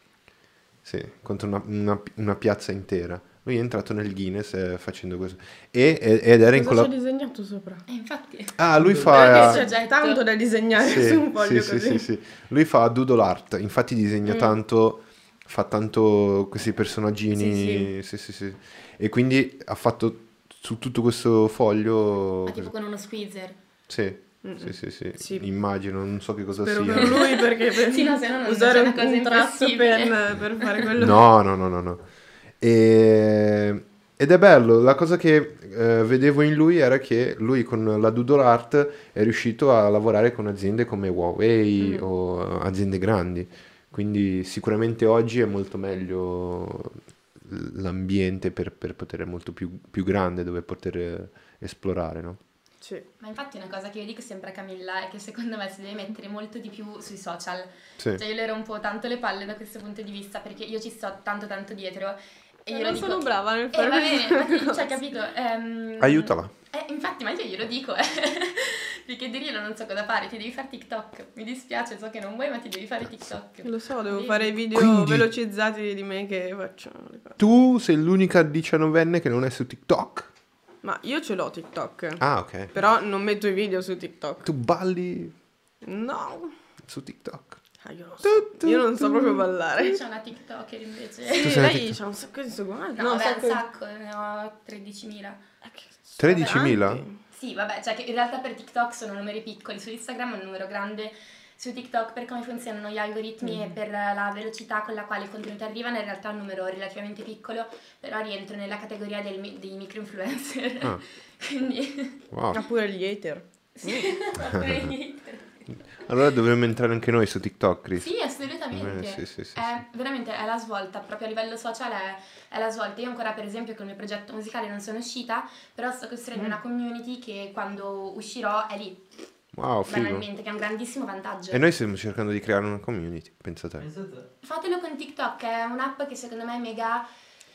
Sì, quanto una, una- una piazza intera. Lui è entrato nel Guinness eh, facendo questo. E, ed era in Cosa c'è colla... disegnato sopra? E infatti. Ah, lui Perché fa... c'è già tanto da disegnare Sì, su un sì, foglio sì, così. sì, sì. Lui fa doodle art, infatti disegna Mm. tanto, fa tanto questi personaggini, Sì, sì, sì, sì. E quindi ha fatto su tutto questo foglio... Ma tipo con uno squeezer. Sì, Mm. sì, sì, sì, Sì. immagino, non so che cosa Spero sia. per lui perché per Sì, no, se no non usare c'è un, una cosa un tratto impossibile. per, per fare quello. No, no, no, no, no. E- Ed è bello, la cosa che eh, vedevo in lui era che lui con la Doodle Art è riuscito a lavorare con aziende come Huawei Mhm. o aziende grandi, quindi sicuramente oggi è molto meglio l'ambiente per, per poter, è molto più, più grande dove poter eh, esplorare, no? Sì. Ma infatti una cosa che io dico sempre a Camilla è che secondo me si deve mettere molto di più sui social. Sì. Cioè io le rompo tanto le palle da questo punto di vista perché io ci sto tanto tanto dietro e Eh, io non lo dico... sono brava nel Eh, fare va bene, questa ma ti- cosa. cioè capito? ehm, Aiutala. Eh, infatti, ma io glielo dico, eh. Perché dire io non so cosa fare, ti devi fare TikTok. Mi dispiace, so che non vuoi, ma ti devi fare TikTok. Lo so, devo Vedi? fare i video Quindi- velocizzati di me che faccio le cose. Tu sei l'unica diciannovenne che non è su TikTok? Ma io ce l'ho TikTok, Ah, ok. però non metto i video su TikTok. Tu balli No. su TikTok? Ah, io non so, io non so proprio ballare. C'è una TikToker invece. Sì, sei una lei TikTok- c'ha un sacco di seguaci. No, vabbè, un sacco- sacco, ne ho tredicimila. Eh, che sono tredicimila? tanti. Sì, vabbè, cioè che in realtà per TikTok sono numeri piccoli, su Instagram è un numero grande, su TikTok per come funzionano gli algoritmi e per la velocità con la quale i contenuti arrivano in realtà è un numero relativamente piccolo, però rientro nella categoria del mi- dei micro-influencer. Ah. Quindi... Wow. Ah, pure gli hater. Sì, oppure gli hater. Allora dovremmo entrare anche noi su TikTok, Chris. Sì, assolutamente. Eh, sì, sì, sì, è veramente è la svolta, proprio a livello social è, è la svolta. Io ancora per esempio con il mio progetto musicale non sono uscita, però sto costruendo una community che quando uscirò è lì, Wow, figo. banalmente, che è un grandissimo vantaggio. E noi stiamo cercando di creare una community, pensa te. Pensa te. Fatelo con TikTok, è un'app che secondo me è mega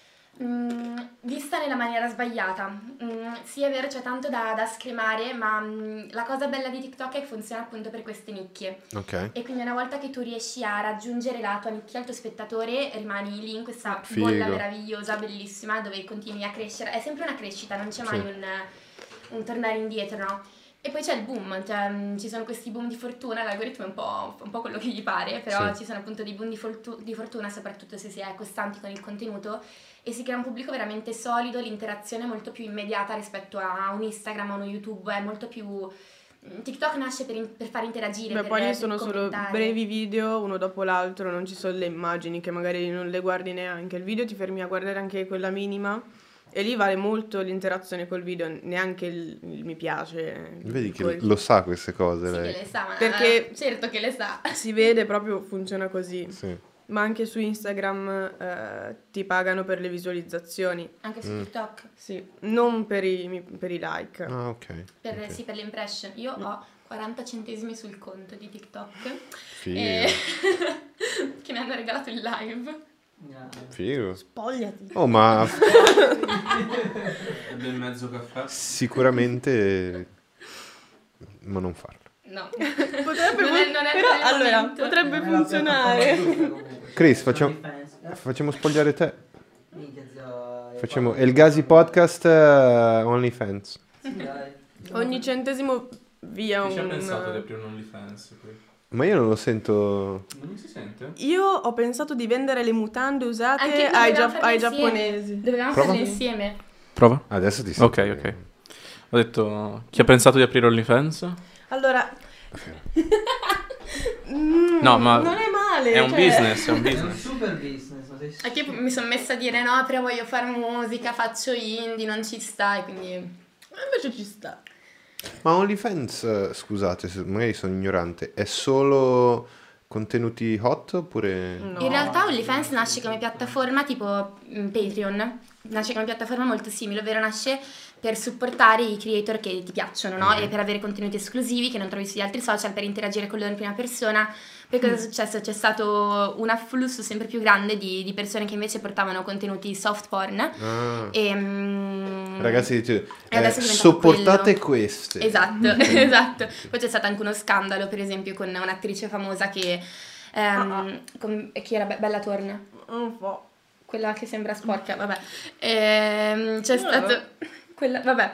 mm, vista nella maniera sbagliata. Mm, sì, è vero, c'è tanto da, da scremare, ma mm, la cosa bella di TikTok è che funziona appunto per queste nicchie. Ok. E quindi una volta che tu riesci a raggiungere la tua nicchia, il tuo spettatore, rimani lì in questa Figo. bolla meravigliosa, bellissima, dove continui a crescere. È sempre una crescita, non c'è mai Sì. un, un tornare indietro, no? E poi c'è il boom, cioè mh, ci sono questi boom di fortuna, l'algoritmo è un po', un po' quello che gli pare, però Sì. ci sono appunto dei boom di, fortu- di fortuna, soprattutto se si è costanti con il contenuto, e si crea un pubblico veramente solido, l'interazione è molto più immediata rispetto a un Instagram o uno YouTube, è molto più... TikTok nasce per, in- per far interagire. Beh, per, poi per sono solo commentare. brevi video uno dopo l'altro, non ci sono le immagini che magari non le guardi neanche. Il video ti fermi a guardare anche quella minima e lì vale molto l'interazione col video, neanche il, il mi piace. Vedi che Poi lo sa queste cose Sì, lei. che le sa, ma Perché- certo che le sa. si vede proprio, funziona così. Sì. Ma anche su Instagram eh, ti pagano per le visualizzazioni. Anche su Mm. TikTok, Sì, non per i, mi- per i like. Ah, ok. per, ok. sì, per le impression. Io ho quaranta centesimi sul conto di TikTok Figo. e- che mi hanno regalato il live. Yeah. Figo. Spogliati. Oh, ma E bel mezzo caffè. sicuramente... Ma non farlo. No. Potrebbe, Non è- non è però, il allora, momento. potrebbe Non è la funzionare. piattaforma giusta, comunque. Chris, Su facciamo- OnlyFans, eh? Facciamo spogliare te. Minchia, zio, eh, Facciamo qua- El Gazi Podcast uh, OnlyFans. Sì, dai. Ogni centesimo via Chi ci ha un... pensato di aprire un OnlyFans qui? Ma io non lo sento... Ma non si sente? Io ho pensato di vendere le mutande usate Anche noi ai, dovevamo gia- farlo ai insieme. giapponesi. Dovevamo Prova. farlo insieme. Prova. Adesso ti sento. Ok, ok. Ho detto, chi ha pensato di aprire OnlyFans? Allora... Mm, No, ma non è male. È un cioè- business, è un È un business. super business. non sei- Anche io mi sono messa a dire no, però voglio fare musica, faccio indie, non ci sta, e quindi... Invece ci sta. Ma OnlyFans, eh, scusate, se magari sono ignorante, è solo contenuti hot oppure... No. In realtà OnlyFans nasce come piattaforma tipo mm, Patreon, nasce come piattaforma molto simile, ovvero nasce per supportare i creator che ti piacciono, no? E per avere contenuti esclusivi che non trovi sugli altri social, per interagire con loro in prima persona. Poi cosa è successo? C'è stato un afflusso sempre più grande di, di persone che invece portavano contenuti soft porn. Ah, E, mm, ragazzi, dite, e adesso eh, è diventato sopportate quello. queste. Esatto, esatto. Poi c'è stato anche uno scandalo, per esempio, con un'attrice famosa che... ehm, con- chi era? Be- Bella Thorne. Un po'. Quella che sembra sporca, vabbè. Ehm, c'è No, stato... Quella, vabbè.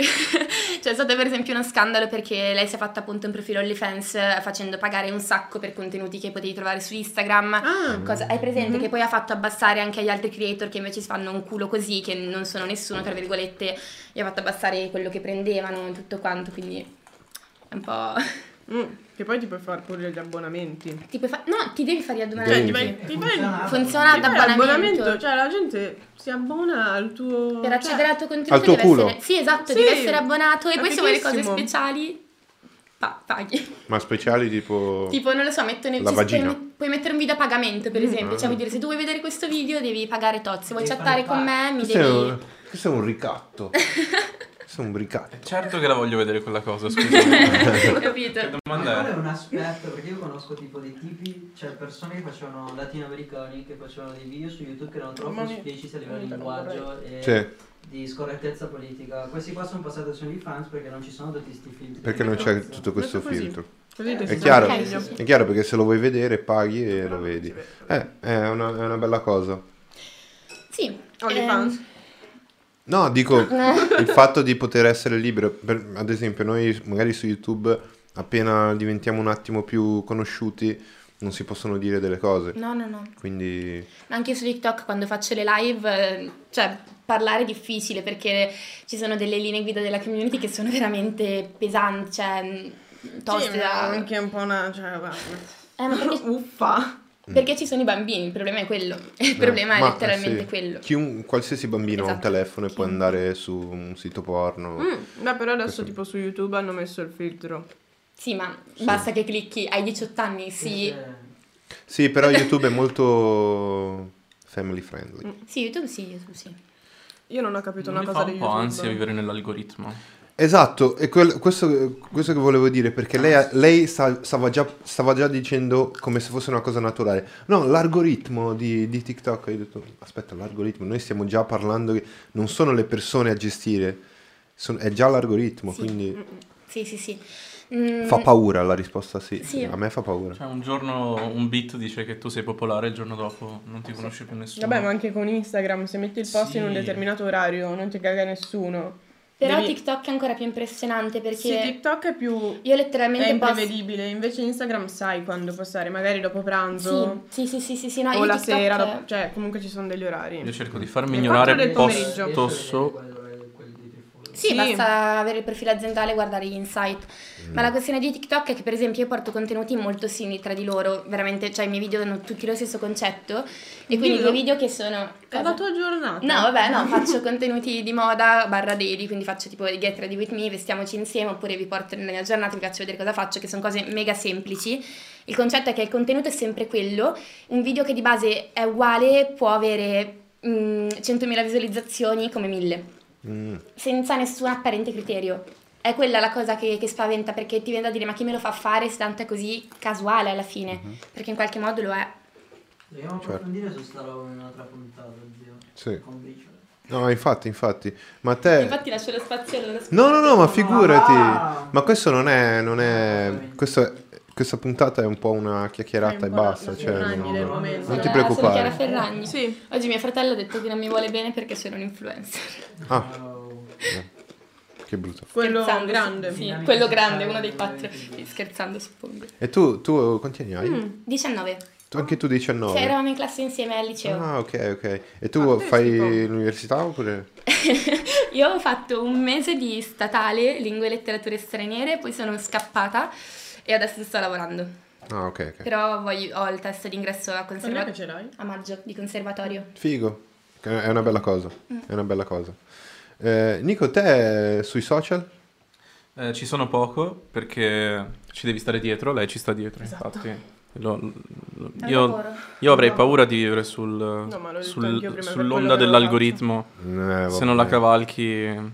C'è stato per esempio uno scandalo perché lei si è fatta appunto un profilo OnlyFans eh, facendo pagare un sacco per contenuti che potevi trovare su Instagram. Ah. Cosa, hai presente? Che poi ha fatto abbassare anche agli altri creator che invece si fanno un culo così, che non sono nessuno, tra virgolette, gli ha fatto abbassare quello che prendevano e tutto quanto, quindi è un po'... Mm, che poi ti puoi fare pure gli abbonamenti. Ti puoi fa- no, ti devi fare gli Cioè, abbonamenti. ti vai, ti fai, Funziona. Funziona ti ad fai abbonamento. l'abbonamento. Cioè, la gente si abbona al tuo... Per accedere cioè, al tuo contenuto al tuo deve culo. essere... Sì, esatto, Sì, devi essere abbonato e è poi se vuoi le cose fighissimo. speciali pa- paghi. Ma speciali tipo... Tipo, non lo so, mettono La ci- vagina. Puoi, puoi mettere un video a pagamento, per esempio. Cioè, vuol dire, se tu vuoi vedere questo video devi pagare tot. Se vuoi Devi chattare fare con me, mi Questo è, devi... un, questo è un ricatto. Questo è un ricatto. Certo che la voglio vedere quella cosa, scusa. Capito? Che Ma domanda quello è è? un aspetto, perché io conosco tipo dei tipi, cioè persone che facevano latinoamericani che facevano dei video su YouTube che erano troppo Ma mi- espliciti a livello di non linguaggio e Sì, di scorrettezza politica. Questi qua sono passati su OnlyFans perché non ci sono tutti sti filtri. perché non c'è tutto questo Metto così. filtro. Così ti È si chiaro, sente Ok, meglio. sì, sì. è chiaro perché se lo vuoi vedere paghi e lo vedi. Eh, è una, è una bella cosa. Sì. OnlyFans. ehm, No, dico, il fatto di poter essere libero, per- ad esempio noi magari su YouTube appena diventiamo un attimo più conosciuti non si possono dire delle cose, no, no, no. quindi Ma anche su TikTok quando faccio le live, eh, cioè parlare è difficile perché ci sono delle linee guida della community che sono veramente pesanti, cioè mh, toste Sì, ma da... anche un po' una... Cioè, guarda. Eh, ma perché, Uffa. perché ci sono i bambini, il problema è quello. Il problema è Ma, letteralmente sì, quello. chiun- qualsiasi bambino ha un Esatto. telefono e può Sì. andare su un sito porno. Mm, beh, però adesso Questo- tipo su YouTube hanno messo il filtro. Sì, ma basta che clicchi, hai diciotto anni, sì. Sì, però YouTube è molto family friendly. Sì, YouTube sì, YouTube sì. Io non ho capito Non una mi cosa fa di un po' YouTube. ansia vivere nell'algoritmo. Esatto, e quel- questo, questo che volevo dire, perché lei, lei sta- stava, già, stava già dicendo come se fosse una cosa naturale. No, l'algoritmo di, di TikTok, io ho detto, aspetta, l'algoritmo, noi stiamo già parlando che non sono le persone a gestire, son- è già l'algoritmo, Sì. quindi Mm-mm. Sì, sì, sì. Mm, fa paura la risposta sì, Sì. a me fa paura. Cioè un giorno un beat dice che tu sei popolare, il giorno dopo non ti conosce più nessuno. Vabbè, ma anche con Instagram, se metti il post in un Sì. determinato orario, non ti caga nessuno. Però Devi- TikTok è ancora più impressionante perché Sì, TikTok è più... io è letteralmente posto... imprevedibile, invece Instagram sai quando postare, magari dopo pranzo Sì, sì, sì, sì, sì, no, o io la TikTok- sera, dopo- cioè comunque ci sono degli orari. Io cerco di farmi Le ignorare quattro del pomeriggio. posto so... Sì, Sì. basta avere il profilo aziendale e guardare gli insight. Mm. Ma la questione di TikTok è che, per esempio, io porto contenuti molto simili tra di loro, veramente, cioè i miei video hanno tutti lo stesso concetto, e quindi Dillo. due video che sono... È la tua giornata. No, vabbè, no, faccio contenuti di moda barra daily, quindi faccio tipo Get Ready With Me, vestiamoci insieme, oppure vi porto nella mia giornata, vi faccio vedere cosa faccio, che sono cose mega semplici. Il concetto è che il contenuto è sempre quello, un video che di base è uguale può avere mm, centomila visualizzazioni come mille, Mm. senza nessun apparente criterio. È quella la cosa che, che spaventa, perché ti viene da dire ma chi me lo fa fare se tanto è così casuale alla fine, perché in qualche modo lo è. Dobbiamo approfondire su sta roba in un'altra puntata, zio. Sì. Con briciole. No, infatti, infatti. Ma te... Infatti lascio lo spazio allora. No, no, no, ma figurati. Ah! Ma questo non è... Non è... Questo è... Questa puntata è un po' una chiacchierata È e un po' basta. la- la Cioè, Ferragni non, del non momento. ti Sono Chiara preoccupare. Ferragni. Sì. Oggi mio fratello ha detto che non mi vuole bene perché sono un influencer. Ah, Oh. che brutto. Quello Scherzando, grande. Sì, Dinamica quello sociale, grande, uno dei quello quattro. che- Sì, scherzando, suppongo. E tu, tu quanti anni hai? Mm, diciannove. Tu, anche tu diciannove? Sì, eravamo in classe insieme al liceo. Ah, ok, ok. E tu Ah, fai fantastico. l'università oppure? Io ho fatto un mese di statale, lingue e letterature straniere, poi sono scappata e adesso sto lavorando. Ah, ok, ok. Però voglio- ho il test d'ingresso a Quando è che conservatorio. ce l'hai? A maggio, di conservatorio. Figo. È una bella cosa. È una bella cosa. Eh, Nico, te sui social? Eh, ci sono poco perché ci devi stare dietro, lei ci sta dietro, Esatto. infatti. Lo- lo- È un io, lavoro. io avrei paura di vivere sul, ma l'ho detto sul- anch'io prima, per sull'onda quello che lo dell'algoritmo. Eh, Se non la vabbè. cavalchi...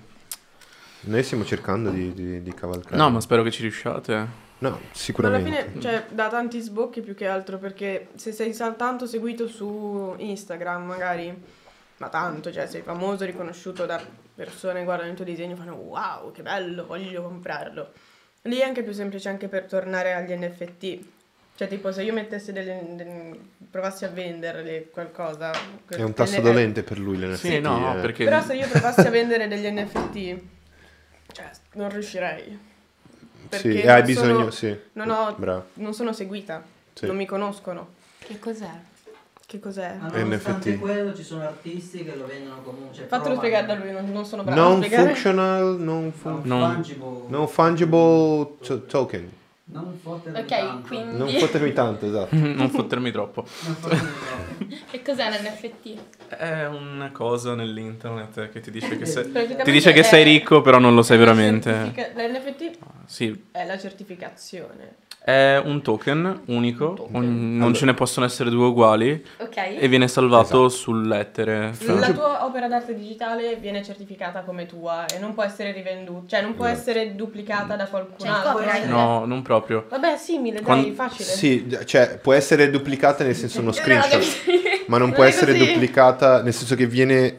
Noi stiamo cercando di, di, di cavalcare. No, ma spero che ci riusciate. No, Ma alla sicuramente. fine, cioè, da tanti sbocchi più che altro, perché se sei soltanto seguito su Instagram, magari, ma tanto, cioè, sei famoso, riconosciuto da persone, guardano il tuo disegno e fanno wow, che bello, voglio comprarlo. Lì è anche più semplice anche per tornare agli N F T. Cioè, tipo, se io mettessi delle, delle- provassi a venderle qualcosa... È un tasto delle- dolente per lui l'N F T. Sì, no, eh. perché... Però se io provassi a vendere degli N F T, cioè, non riuscirei. Perché Sì, e hai non bisogno... sono- Sì. non ho- Bravo. Non sono seguita, Sì. non mi conoscono. Che cos'è? Che cos'è? Ma N F T. nonostante quello ci sono artisti che lo vendono comunque. Cioè, Fatelo provano. spiegare da lui, non, non sono brava a Non spiegare. functional, non, fun- Non Non- fungible. non fungible to- token. Non fottermi Ok, tanto. quindi- Non fottermi tanto, esatto. non fottermi troppo. Non fottermi troppo. Che cos'è un N F T? È una cosa nell'internet che ti dice che sei... Praticamente Ti dice che sei è- ricco, però non lo sei è la veramente. certifica- L'N F T Sì, è la certificazione. è un token unico, Un token. ogn- non Allora. ce ne possono essere due uguali Ok. e viene salvato Esatto. sull'etere. La tua opera d'arte digitale viene certificata come tua e non può essere rivenduta, cioè non può Esatto. essere duplicata da qualcun Cioè, il altro. copyright. No, non proprio. Vabbè, è simile, Quando- dai, facile. Sì, cioè può essere duplicata nel senso uno Eh, no, screenshot, capisci? ma non Non può è essere così. duplicata nel senso che viene...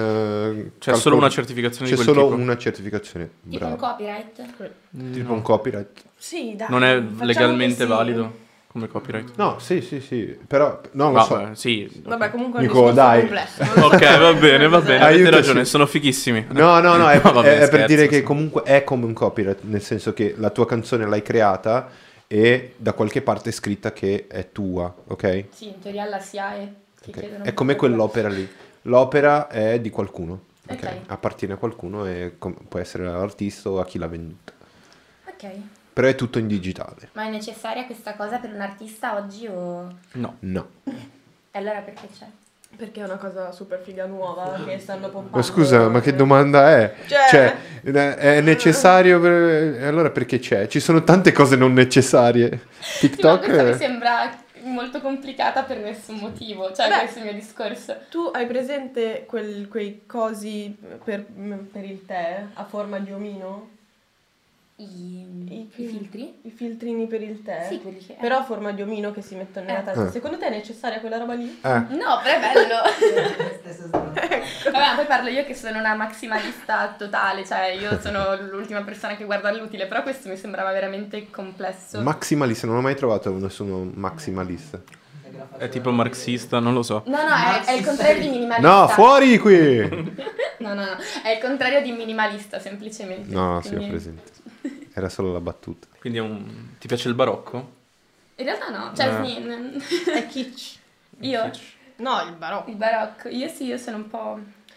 eh, C'è calcol- solo una certificazione C'è di quel solo tipo. una certificazione, Tipo un bravo. copyright? Tipo un copyright. Sì, dai. Non è facciamo legalmente così. valido come copyright. No, sì, sì, sì, però non lo so. Vabbè, sì. Vabbè, comunque è un Nico, discorso dai. complesso. non lo so. Ok, va bene, va bene, avete Aiutaci. ragione, sono fighissimi. No, no, no, è, No, vabbè, è- è per scherzo, dire che sì. comunque è come un copyright, nel senso che la tua canzone l'hai creata e da qualche parte è scritta che è tua, ok? Sì, in teoria alla S I A E. Che Ok. chiedono È come un po' quell'opera lì. L'opera è di qualcuno, ok? Ok. Appartiene a qualcuno e com- può essere all'artista o a chi l'ha venduta. Ok. Però è tutto in digitale. Ma è necessaria questa cosa per un artista oggi o... No. No. E allora perché c'è? Perché è una cosa super figa nuova che stanno pompando. Ma scusa, ma che domanda è? Cioè- Cioè, eh, è necessario per... e allora perché c'è? Ci sono tante cose non necessarie. Sì, ma TikTok... questa mi è- sembra molto complicata per nessun motivo. Cioè, Beh. questo è il mio discorso. Tu hai presente quel- quei cosi per, per il tè a forma di omino? I, I, i filtri? I filtrini per il tè? Sì, quelli che... Però a forma di omino che si mettono nella Eh. testa. Eh. Secondo te è necessaria quella roba lì? Eh. No, però è bello. Stessa strada. Vabbè, ma poi parlo io che sono una maximalista totale, cioè io sono l'ultima persona che guarda l'utile, però questo mi sembrava veramente complesso. Maximalista, non ho mai trovato nessuno maximalista. È tipo marxista, non lo so. No, no, è, è il contrario di minimalista. No, fuori qui! No, no, no, è il contrario di minimalista, semplicemente. No, sì, ho Quindi- presente. Era solo la battuta. Quindi è un... ti piace il barocco? In realtà no, cioè Eh. sì, n- È kitsch. io, No, il barocco. il barocco, io sì, io sono un po'...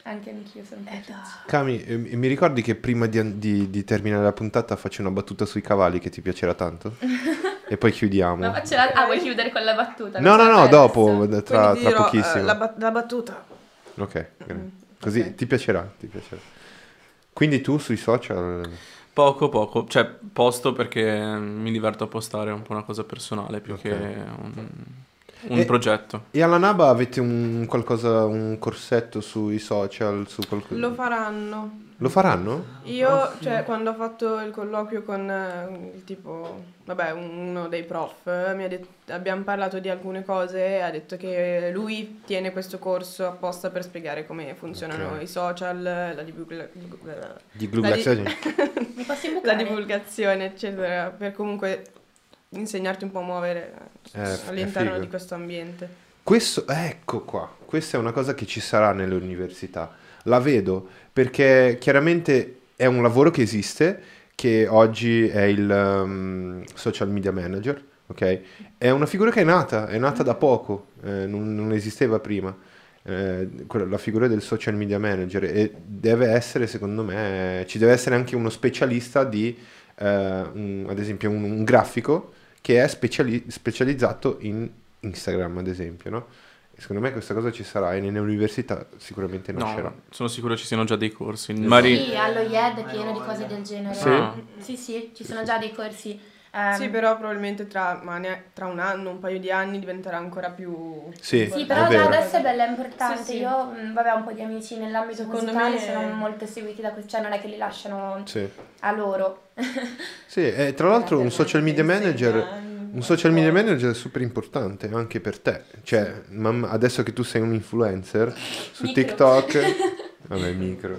Anche anch'io sono un po' ciccia. Cami, eh, mi ricordi che prima di, di- di terminare la puntata faccio una battuta sui cavalli che ti piacerà tanto? E poi chiudiamo. Ma faccio la... Ah, vuoi chiudere con la battuta? No, Non no, so no, per dopo, adesso. tra, Poi tra ti dirò, pochissimo. eh, la, bat- la battuta. Ok, bene. Così ok. ti piacerà, ti piacerà. Quindi tu sui social... Poco, poco. Cioè, posto perché mi diverto a postare, è un po' una cosa personale più Ok. che un, un E- progetto. E alla Naba avete un qualcosa, un corsetto sui social, su qualcosa? Lo faranno. Lo faranno? Io, cioè, quando ho fatto il colloquio con eh, il tipo, vabbè, uno dei prof, eh, mi ha det- abbiamo parlato di alcune cose e ha detto che lui tiene questo corso apposta per spiegare come funzionano Ok. i social, la, divulga- la, Di di- Gluglazioni? Mi posso la imbucare? divulgazione, eccetera, per comunque insegnarti un po' a muovere Eh, è all'interno figo. di questo ambiente. Questo, ecco qua, questa è una cosa che ci sarà nelle università. La vedo perché chiaramente è un lavoro che esiste, che oggi è il um, social media manager, ok? È una figura che è nata, è nata da poco, eh, non, non esisteva prima. Eh, quella- la figura del social media manager e deve essere, secondo me, ci deve essere anche uno specialista di, eh, un- ad esempio, un, un grafico che è speciali- specializzato in Instagram, ad esempio, no? E secondo me questa cosa ci sarà e nelle università sicuramente nascerà. No, sono sicuro ci siano già dei corsi. Magari... Sì, allo I E D è pieno di cose del genere. Sì? Ah. Sì, sì, ci sono già dei corsi. ehm, Sì, però probabilmente tra, ma ne- tra un anno, un paio di anni diventerà ancora più... Sì, Sì, è però già vero. adesso è bella importante. Sì, sì. Io, mh, vabbè, ho un po' di amici nell'ambito Secondo musicale, me- sono molto seguiti da questo, cioè non è che li lasciano Sì, a loro. sì, e tra l'altro un social media manager... Un social media manager è super importante anche per te, cioè mam- adesso che tu sei un influencer su Micro. TikTok, vabbè micro,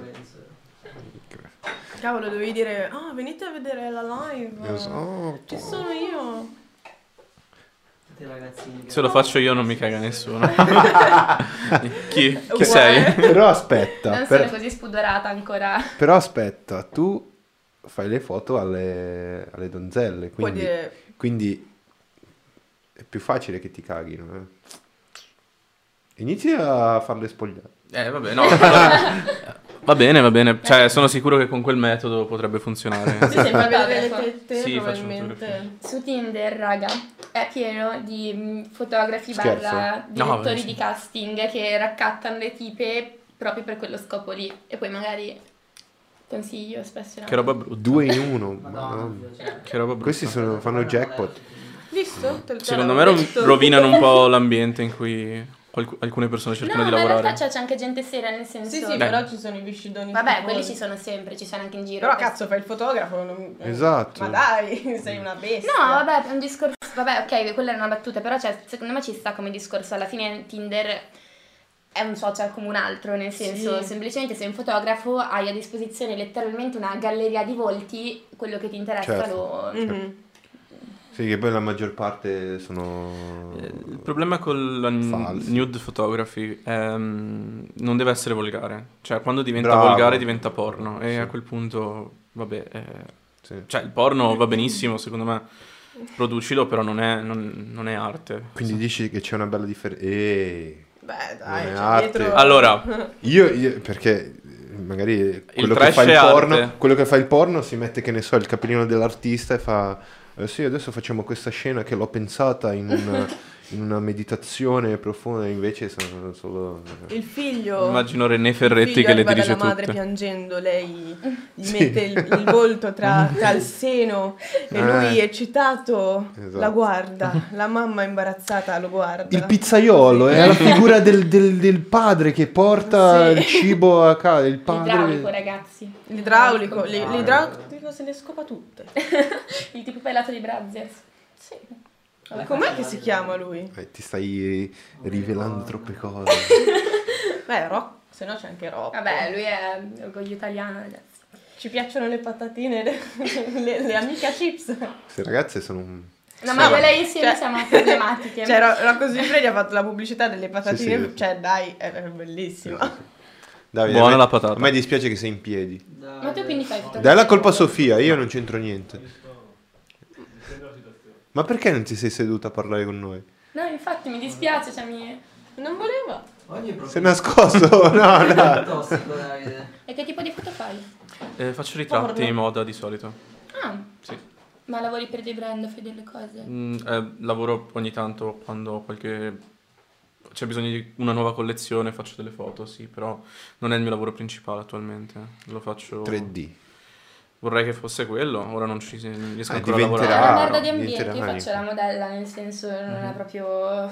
Cavolo, dovevi dire, ah, venite a vedere la live. esatto. Ci sono io. Tutti i ragazzini che- Se lo faccio io non mi caga nessuno. Chi? Chi Uguale. sei? Però aspetta, Non per- sono così spudorata ancora. però aspetta, tu fai le foto alle, alle donzelle, Puoi quindi, dire, quindi è più facile che ti caghino. Eh. Inizi a farle spogliare. Eh, vabbè, no. allora- Va bene, va bene. Cioè, sono sicuro che con quel metodo potrebbe funzionare. Tu sei fai vedere le fotografo. tette, Sì, faccio probabilmente. Su Tinder, raga, è pieno di mh, fotografi Scherzo? barra No, direttori sì. di casting che raccattano le tipe proprio per quello scopo lì. E poi magari consiglio spesso. Che roba brutta. Due in uno. Madonna, Madonna. Dio, cioè, Che roba brutta. Questi sono- fanno jackpot. Visto? Te- te Secondo me l'avevo ro- detto. rovinano un po' l'ambiente in cui qualcu- alcune persone cercano No, di ma in lavorare. realtà c'è, c'è anche gente seria, nel senso... Sì, sì, Beh. però ci sono i viscidoni. Vabbè, schifosi. quelli ci sono sempre, ci sono anche in giro. Però cazzo, fai il fotografo. non- Esatto. Ma dai, sei una bestia. No, vabbè, è un discorso... Vabbè, ok, quella era una battuta, però cioè, secondo me ci sta come discorso. Alla fine Tinder è un social come un altro, nel senso, Sì. semplicemente sei un fotografo, hai a disposizione letteralmente una galleria di volti, quello che ti interessa Certo. lo... Mhm. Sì, che poi la maggior parte sono... Eh, Il problema con la n- Falsi. nude photography è, mm, non deve essere volgare. Cioè, quando diventa Bravo. volgare diventa porno. E Sì. a quel punto, vabbè, eh, Sì. cioè il porno va benissimo, secondo me. Producilo, però non è, non- non è arte. Quindi dici che c'è una bella differenza. Eh, Beh, dai, Non è c'è arte. dietro... Allora, io, io- perché magari quello che, trash fa il è porno, arte. quello che fa il porno si mette, che ne so, il capellino dell'artista e fa eh, sì, adesso facciamo questa scena che l'ho pensata in una, in una meditazione profonda, invece sono solo... Il figlio... immagino René il Ferretti figlio che le arriva dirige dalla madre tutte. piangendo, lei gli Sì. mette il, il volto tra, tra il seno e lui Eh. eccitato Esatto. la guarda, la mamma imbarazzata lo guarda. Il pizzaiolo è la figura del, del- del padre che porta Sì. il cibo a casa, il L'idraulico, padre... ragazzi. L'idraulico, Ah. l'i- l'idraulico se ne scopa tutte. Il tipo pelato di Brazzers. Sì. Vabbè. Com'è che si chiama lui? Eh, ti stai rivelando troppe cose. Beh, Rock, se no c'è anche Rock. Vabbè, lui è orgoglio italiano, ragazzi. Ci piacciono le patatine, le, le, le amica chips. Queste ragazze sono un... No, ma Sì. quelle insieme Cioè- siamo problematiche. Cioè, Ro- Rocco Siffredi ha fatto la pubblicità delle patatine, Sì, sì. cioè dai, è, è bellissima. Davide, Buona a me- la patata. A me dispiace che sei in piedi. dai, Ma tu quindi fai tutto Dai la colpa a Sofia, io non c'entro niente. Ma perché non ti sei seduta a parlare con noi? No, infatti mi dispiace, cioè mi... Non voleva. Oggi è Si è nascosto? No, no. tossico, Davide. E che tipo di foto fai? Eh, faccio ritratti Porno. in moda di solito. Ah, Sì. ma lavori per dei brand o fai delle cose? Mm, eh, lavoro ogni tanto quando ho qualche... c'è bisogno di una nuova collezione, faccio delle foto, sì, però non è il mio lavoro principale attualmente. Lo faccio... tre D. Vorrei che fosse quello, ora non ci riesco Ah, ancora a È diventerà- lavorare. una merda di niente ambiente, io da faccio la modella, nel senso non è proprio...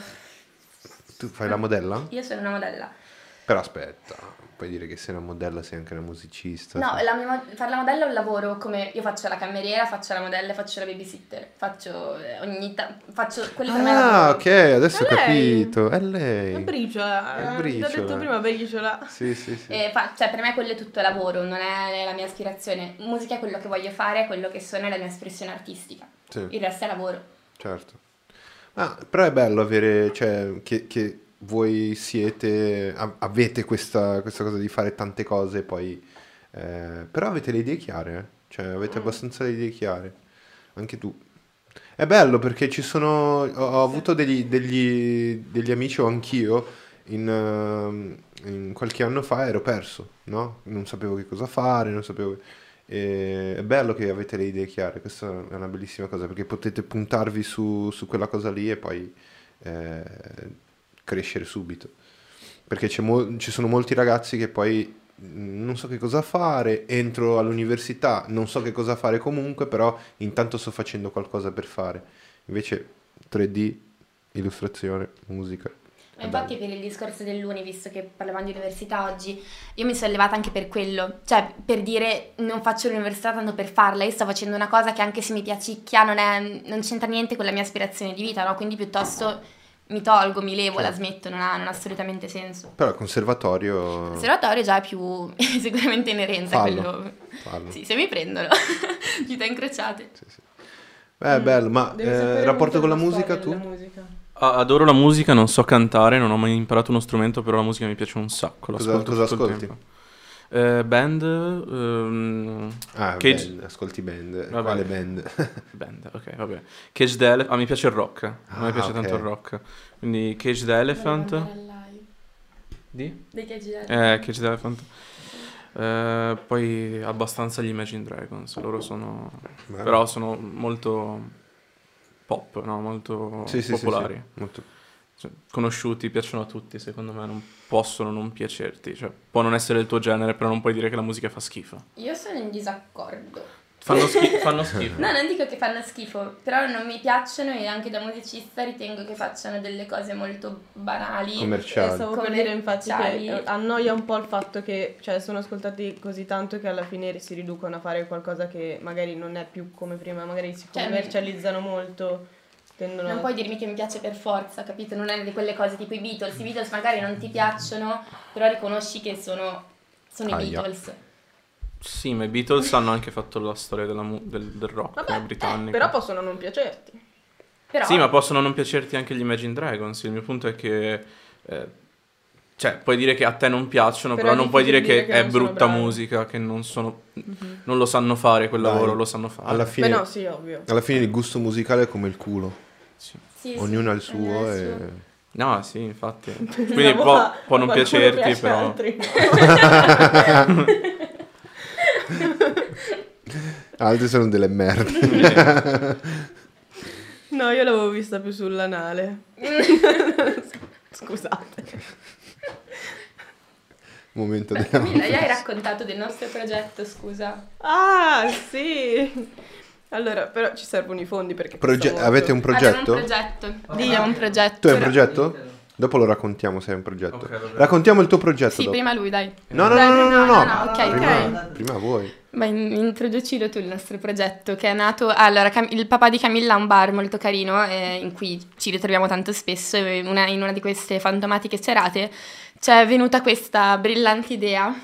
Tu fai la modella? Io sono una modella. Però aspetta, puoi dire che sei una modella, sei anche una musicista. No, sì. la mia mo- fare la modella è un lavoro come... Io faccio la cameriera, faccio la modella e faccio la babysitter. Faccio eh, ogni... ta- faccio... Quello per me è Ah, lavoro. ok, adesso ho È lei? capito. È È lei. briciola. È Ti ho detto briciola. prima briciola. Sì, sì, sì. E fa- cioè per me quello è tutto lavoro, non è la mia aspirazione. Musica è quello che voglio fare, è quello che sono, è la mia espressione artistica. Sì, Il resto è lavoro. certo. Ah, però è bello avere, cioè, che, che voi siete, a- avete questa, questa cosa di fare tante cose, poi... eh, però avete le idee chiare, eh? Cioè, avete abbastanza le idee chiare. Anche tu. È bello perché ci sono... Ho, ho avuto degli, degli, degli amici, o anch'io, in, ehm, in qualche anno fa ero perso, no? Non sapevo che cosa fare, non sapevo... E è bello che avete le idee chiare, questa è una bellissima cosa perché potete puntarvi su, su quella cosa lì e poi eh, crescere subito. Perché c'è mo- ci sono molti ragazzi che poi mh, non so che cosa fare, entro all'università, non so che cosa fare comunque, però intanto sto facendo qualcosa per fare. Invece tre D, illustrazione, musica. Ma infatti per il discorso dell'uni, visto che parlavamo di università oggi, io mi sono levata anche per quello, cioè per dire non faccio l'università tanto per farla, io sto facendo una cosa che anche se mi piacicchia non, è, non c'entra niente con la mia aspirazione di vita, no? Quindi piuttosto mi tolgo, mi levo, la smetto, non ha, non ha assolutamente senso. Però il conservatorio... Il conservatorio già è più sicuramente inerente a Fallo, quello. fallo. Sì, se mi prendono, dita incrociate. Sì, sì. Beh, è bello, ma Devi eh, sapere rapporto molto con la della musica storia tu? della musica. Ah, adoro la musica, non so cantare, non ho mai imparato uno strumento, però la musica mi piace un sacco. Cosa- L'ascolto cosa tutto il ascolti? tempo. Eh, band, ehm, Ah, Cage- band, ascolti band. Vabbè. Quale band? band, ok, vabbè. Cage the Elephant, ah, mi piace il rock, a me Ah, piace ok. tanto il rock. Quindi Cage the Elephant, di? Dei Cage the Eh, Cage the Elephant. Eh, poi abbastanza gli Imagine Dragons, loro sono... Bello. però sono molto pop, no? Molto Sì, sì, sì, popolari. sì, molto. Cioè, conosciuti, piacciono a tutti, secondo me non possono non piacerti, cioè può non essere il tuo genere, però non puoi dire che la musica fa schifo. Io sono in disaccordo. Fanno, schi- fanno schifo. No, non dico che fanno schifo, però non mi piacciono e anche da musicista ritengo che facciano delle cose molto banali. Eh, Commerciali. stavo per dire infatti che commerciali. eh, annoia un po' il fatto che cioè, sono ascoltati così tanto che alla fine si riducono a fare qualcosa che magari non è più come prima, magari si Cioè, commercializzano molto, tendono Non a... puoi dirmi che mi piace per forza, capito? Non è di quelle cose tipo i Beatles. I Beatles magari non ti piacciono, però riconosci che sono, sono i Aia. Beatles. Sì, ma i Beatles hanno anche fatto la storia della mu- del, del rock Vabbè, britannico. però possono non piacerti. Però Sì, ma possono non piacerti anche gli Imagine Dragons. Il mio punto è che... eh, cioè, puoi dire che a te non piacciono, Però però, è non puoi dire difficile che, dire che è non sono brutta bravi. musica, che non sono... non lo sanno fare quel Dai, lavoro, lo sanno fare. Alla Beh fine, no, sì, ovvio. alla fine il gusto musicale è come il culo. Sì. sì, sì, Ognuno ha il ognuno suo ha il e... suo. No, sì, infatti. Quindi Pensavo può, a- può non a qualcuno piacerti, piace però... altri, no? Altri sono delle merde. No, io l'avevo vista più sull'anale. Scusate. Momento Beh, della... Camilla, gli hai raccontato del nostro progetto, scusa. Ah, sì. Allora, però ci servono i fondi perché Proge- costa molto. avete un progetto? Abbiamo un progetto. Di- Abbiamo un progetto. Tu hai un progetto? Dopo lo raccontiamo se hai un progetto. Ok, vabbè. Raccontiamo il tuo progetto Sì, dopo. prima lui, dai. No, no, Dai, no, no, no, no. no, ok, Prima, ok. prima voi. Ma in- introducilo tu il nostro progetto che è nato... Allora, Cam- il papà di Camilla ha un bar molto carino eh, in cui ci ritroviamo tanto spesso e una- in una di queste fantomatiche serate ci è venuta questa brillante idea.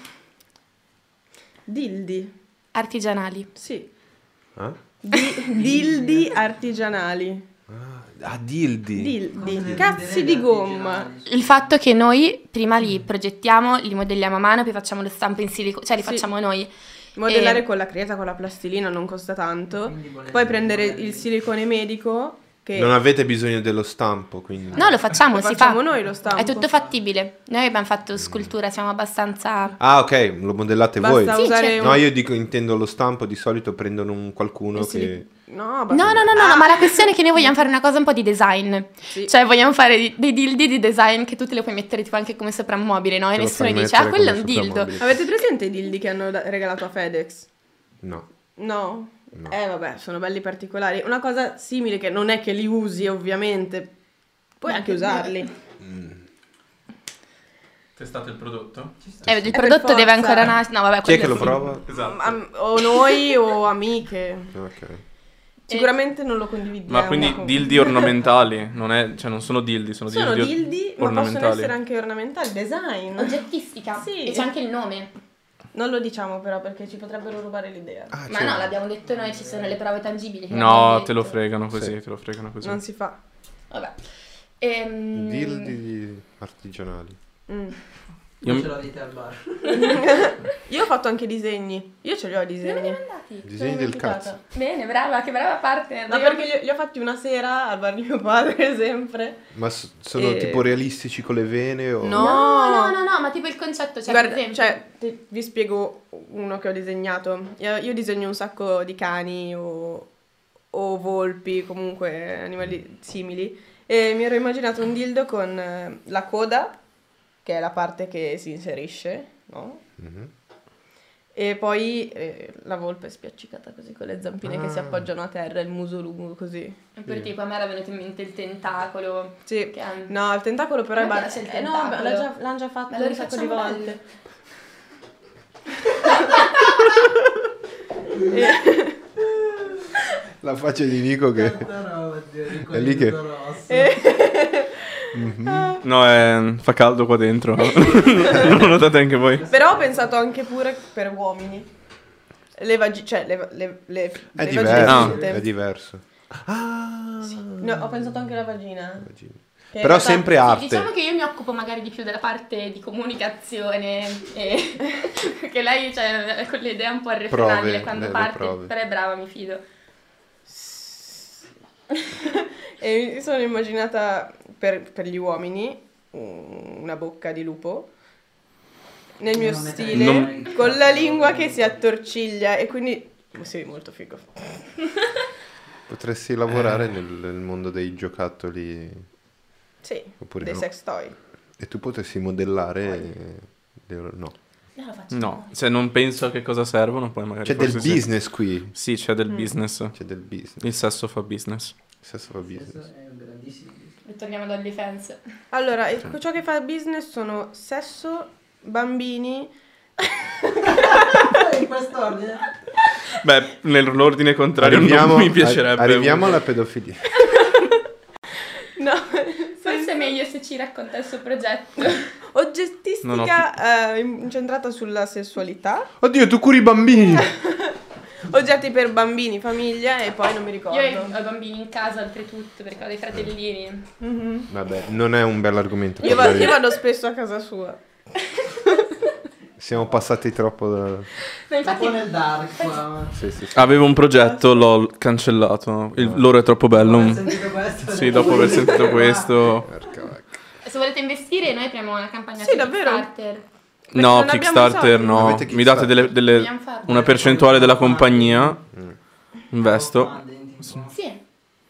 Dildi. Artigianali. Sì. Eh? Di- dildi artigianali. Ah, dildi. Dildi. Cazzi di gomma. Il fatto che noi prima li progettiamo, li modelliamo a mano, poi facciamo lo stampo in silicono, cioè li Sì. facciamo noi. Modellare E- con la creta, con la plastilina non costa tanto. Quindi volete- Poi prendere volete- il silicone medico, che Non avete bisogno dello stampo, quindi... No, lo facciamo, lo si facciamo fa. noi lo stampo. È tutto fattibile. Noi abbiamo fatto scultura, siamo abbastanza... Ah, ok, lo modellate voi. Basta Sì, usare certo. No, un- io dico, intendo lo stampo, di solito prendono un qualcuno Eh sì. che... No, basta. No, no, no, no, no, ma la questione è che noi vogliamo fare una cosa un po' di design. Sì. Cioè, vogliamo fare di- dei dildi di design che tu te le puoi mettere tipo anche come soprammobile, no? E Te lo nessuno fai dice, ah, mettere quello è come un dildo. soprammobile. Avete presente i dildi che hanno da- regalato a FedEx? No. No? No. Eh vabbè, sono belli particolari. Una cosa simile che non è che li usi ovviamente, puoi anche usarli. Testate il prodotto? Eh, il Eh, per prodotto deve forza. ancora nascere. No, vabbè, Chi è quello che lo sì. prova? Esatto. Am- o noi o amiche. Ok. Sicuramente non lo condividiamo. Ma quindi con- dildi ornamentali, non è, cioè non sono dildi, sono, Sono dildi, dildi, ma possono ornamentali. essere anche ornamentali, design. Oggettistica. Sì. E c'è anche il nome. Non lo diciamo però perché ci potrebbero rubare l'idea. Ah, Ma c'è- no, l'abbiamo detto noi, ci sono le prove tangibili. che l'abbiamo No, detto. te lo fregano così, Sì. te lo fregano così. Non si fa. Vabbè. Ehm, Dildi artigianali. Mm. Io Non mi- ce l'avete al bar. Io ho fatto anche disegni. Io ce li ho i Non me disegni. li hai mandati? Disegni L'ho del dimenticato. cazzo. Bene, brava, che brava parte. Ma perché li, li ho fatti una sera al bar di mio padre sempre. Ma s- sono Eh. tipo realistici con le vene o... No. No, no, no, no, ma tipo il concetto, cioè, Guarda, per esempio. cioè, ti- vi spiego uno che ho disegnato. Io, io disegno un sacco di cani o, o volpi, comunque animali simili. E mi ero immaginato un dildo con eh, la coda, che è la parte che si inserisce, no? Mhm. E poi eh, la volpe spiaccicata così con le zampine che si Ah. appoggiano a terra, il muso lungo così. E poi tipo a me era venuto in mente il tentacolo. Sì. Che è- No, il tentacolo però A è me bar- piace il eh, no, tentacolo. l'ha già- l'hanno già fatto Ma lo un sacco di rifacciamo volte. La faccia di Nico che... È lì che- No, eh, fa caldo qua dentro. Non lo notate anche voi? Però ho pensato anche pure per uomini. Le vagi- cioè le, le, le, È le vagine diverso, finte. è diverso. Ah, No, ho pensato anche alla vagina. vagina. Che in Però realtà- sempre Sì, arte. diciamo che io mi occupo magari di più della parte di comunicazione e che lei cioè, con le idee un po' irrefrenabile Prove, quando le- le parte, prove. però è brava, mi fido. E mi sono immaginata per, per gli uomini un- una bocca di lupo nel mio Non mettere stile Non- con la lingua che si attorciglia e quindi sì, molto figo. Potresti lavorare nel, nel mondo dei giocattoli Sì, oppure dei no. sex toy. E tu potessi modellare... le- No. No, lo faccio. No, se non penso a che cosa servono, poi magari C'è del forse sì. business qui. Sì, c'è del business. C'è del business. Il sesso fa business. Sesso fa business. Questo è un grandissimo business. Ritorniamo ad OnlyFans. Allora, il- ciò che fa business sono sesso, bambini. In quest'ordine? Beh, nell'ordine contrario Arriviamo, non mi piacerebbe. ar- arriviamo alla pedofilia. No, Forse è meglio se ci racconta il suo progetto. oggettistica Non ho eh, incentrata sulla sessualità, Oddio, tu curi i bambini! oggetti per bambini, famiglia e poi non mi ricordo. Io ho i bambini in casa oltretutto perché ho dei fratellini. Mhm. Vabbè, non è un bel argomento. Io, va- parlare di- io vado spesso a casa sua. Siamo passati troppo da... No, Un po' infatti nel dark qua. Sì, sì, sì. Avevo un progetto, l'ho cancellato. Il loro è troppo bello. Ho sentito questo. Sì, dopo aver sentito questo. Porca vacca. se volete investire noi apriamo una campagna Sì, su davvero? Kickstarter. non No, abbiamo Kickstarter soldi. no. Avete Mi date delle, delle- Vogliamo farlo? una percentuale della compagnia. Investo. Sì,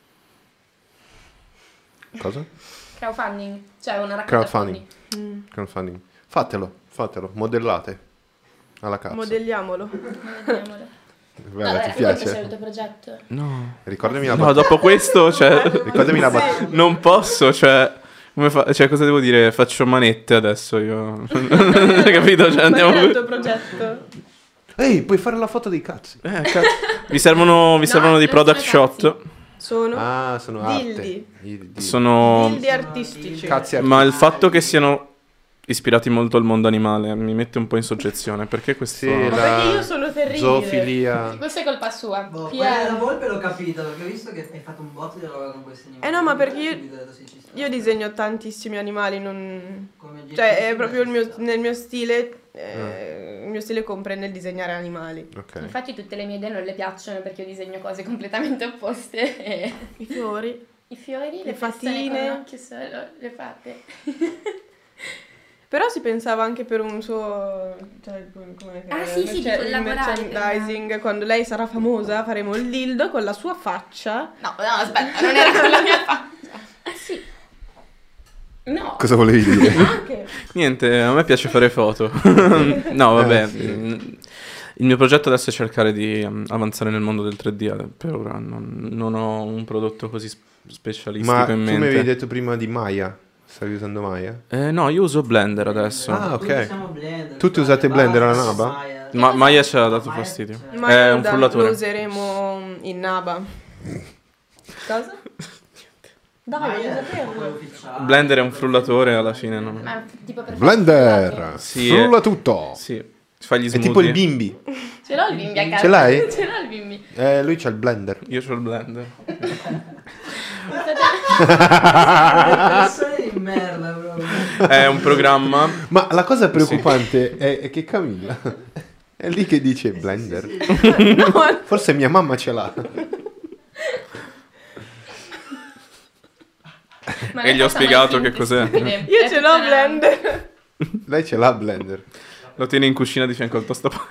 Cosa? crowdfunding, cioè una raccolta Crowdfunding. fondi. Mm. Crowdfunding. Fatelo, fatelo, modellate. Alla cazzo. Modelliamolo. Vediamolo. Bella, Allora, ti raccontaci il piace? tuo progetto. No. Ricordami la No, battuta. dopo questo, cioè... Ricordami la battuta. Non posso, cioè... Come fa- cioè, cosa devo dire? Faccio manette adesso io. Capito? Cioè, andiamo... Qual è il tuo progetto? Ehi, puoi fare la foto dei cazzi. Eh, cazzo. Mi servono, mi No, servono dei non sono product shot. cazzi. Sono Ah, sono arte. Dildi. I- dildi. Sono... dildi artistici. Cazzi Ma il artistici. fatto che siano ispirati molto al mondo animale mi mette un po' in soggezione. Perché questo... Sì, Ma la perché io sono terribile. zoofilia. Questa è colpa sua. Boh, Chi quella è? della volpe l'ho capito, perché ho visto che hai fatto un botto di roba con questi animali. Eh no, ma perché io- Subito ho detto, sì, ci sta. Io disegno tantissimi animali, non... Come oggetti Cioè, è sì, proprio il ci mio, sta. nel mio stile, eh, il mio stile comprende il disegnare animali. Ok. Infatti tutte le mie idee non le piacciono perché io disegno cose completamente opposte e... I fiori. I fiori, le, Le persone fatine. con un occhio solo, le fate. Però si pensava anche per un suo, cioè, come Ah, sì, sì, di cioè, il collaborare per- merchandising, quando lei sarà famosa faremo il dildo con la sua faccia. No, no, aspetta, non era con la mia faccia. Sì. No. Cosa volevi dire? Anche. Niente, a me piace fare foto. No, vabbè. Eh, sì. mm, Il mio progetto adesso è cercare di um, avanzare nel mondo del tre D. eh, Per ora non, non ho un prodotto così sp- specialistico Ma tu in mi mente. avevi detto prima di Maya. Stavi usando Maya? Eh, no, io uso Blender adesso. Ah, ok. Tutti usiamo Blender, Tutti cioè, usate basta, Blender alla sì, Naba? Maya. Ma Maya ci ha dato Maya- fastidio. cioè, Ma È io un da- frullatore. lo useremo in Naba. Cosa? Dai, Maya voglio è quello saperlo. ufficiale. Blender è un frullatore alla fine. Non... Ma tipo per Blender! Sì, Frulla è- tutto! Sì, fa gli È smoothie. tipo il bimbi. Ce l'ho il bimbi a casa. Ce l'hai? Ce l'ho il bimbi. Eh, lui c'ha il blender. Io ho il Blender. Persone di merda, proprio. È un programma. Ma la cosa preoccupante è, è che Camilla è lì che dice blender. No, Forse mia mamma ce l'ha. Ma E gli ho non spiegato mai che cos'è. stupide. io È ce l'ho tutta una- Blender. Lei ce l'ha blender. Lo tiene in cucina di fianco al tostapane.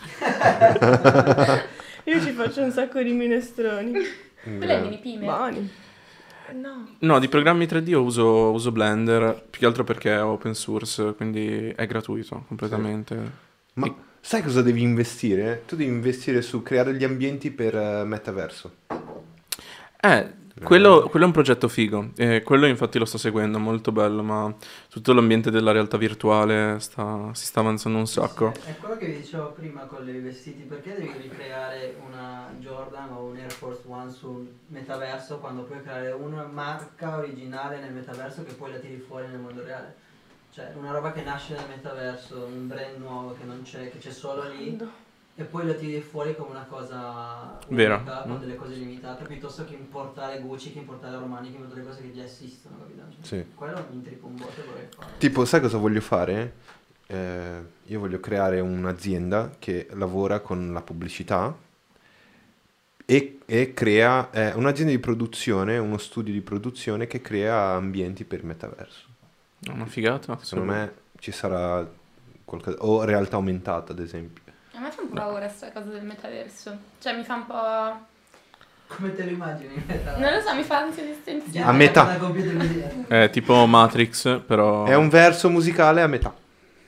Io ci faccio un sacco di minestroni. Quella è mini pimer. Buoni. No. No, di programmi tre D io uso, uso Blender, più che altro perché è open source, quindi è gratuito completamente. Ma sai cosa devi investire? Tu devi investire su creare gli ambienti per eh, metaverso. Eh, quello, quello è un progetto figo, e quello infatti lo sto seguendo, molto bello, ma tutto l'ambiente della realtà virtuale sta- si sta avanzando un sacco. È quello che vi dicevo prima con i vestiti, perché devi ricreare una Jordan o un Air Force One sul metaverso quando puoi creare una marca originale nel metaverso che poi la tiri fuori nel mondo reale? Cioè una roba che nasce nel metaverso, un brand nuovo che non c'è, che c'è solo lì e poi la tiri fuori come una cosa Vero. unica, con Mm. delle cose limitate, piuttosto che importare Gucci, che importare Armani, che importare cose che già esistono, capito? Cioè, Sì. quello mi intripa un botto e vorrei fare. Tipo, sai cosa voglio fare? Eh, io voglio creare un'azienda che lavora con la pubblicità e, e crea eh, un'azienda di produzione, uno studio di produzione che crea ambienti per metaverso. È una figata. Secondo me ci sarà qualcosa, o realtà aumentata ad esempio. A me fa un po' paura sta cosa del metaverso. Cioè mi fa un po'... Come te lo immagini? Non lo so, mi fa ansia esistenziale. A metà. Da computer così. È tipo Matrix, però... È un verso musicale a metà.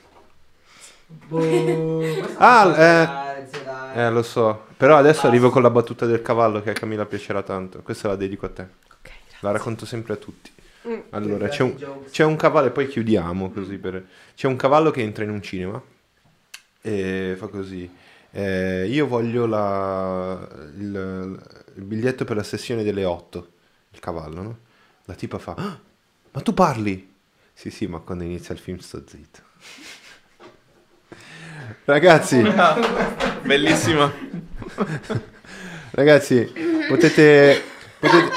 Boh, Ah, questo eh, dai, zio, dai. Eh, lo so. Però adesso arrivo con la battuta del cavallo che a Camilla piacerà tanto. Questa la dedico a te. Ok, La racconto sempre a tutti. Mm. Allora, Grazie, c'è un, jokes. c'è un cavallo e poi chiudiamo così per... C'è un cavallo che entra in un cinema e fa così. Eh, io voglio la, il, il biglietto per la sessione delle otto. Il cavallo, no? La tipa fa, "Ah, ma tu parli? Sì, sì, ma quando inizia il film sto zitto. Ragazzi, Bellissima. ragazzi, potete... potete...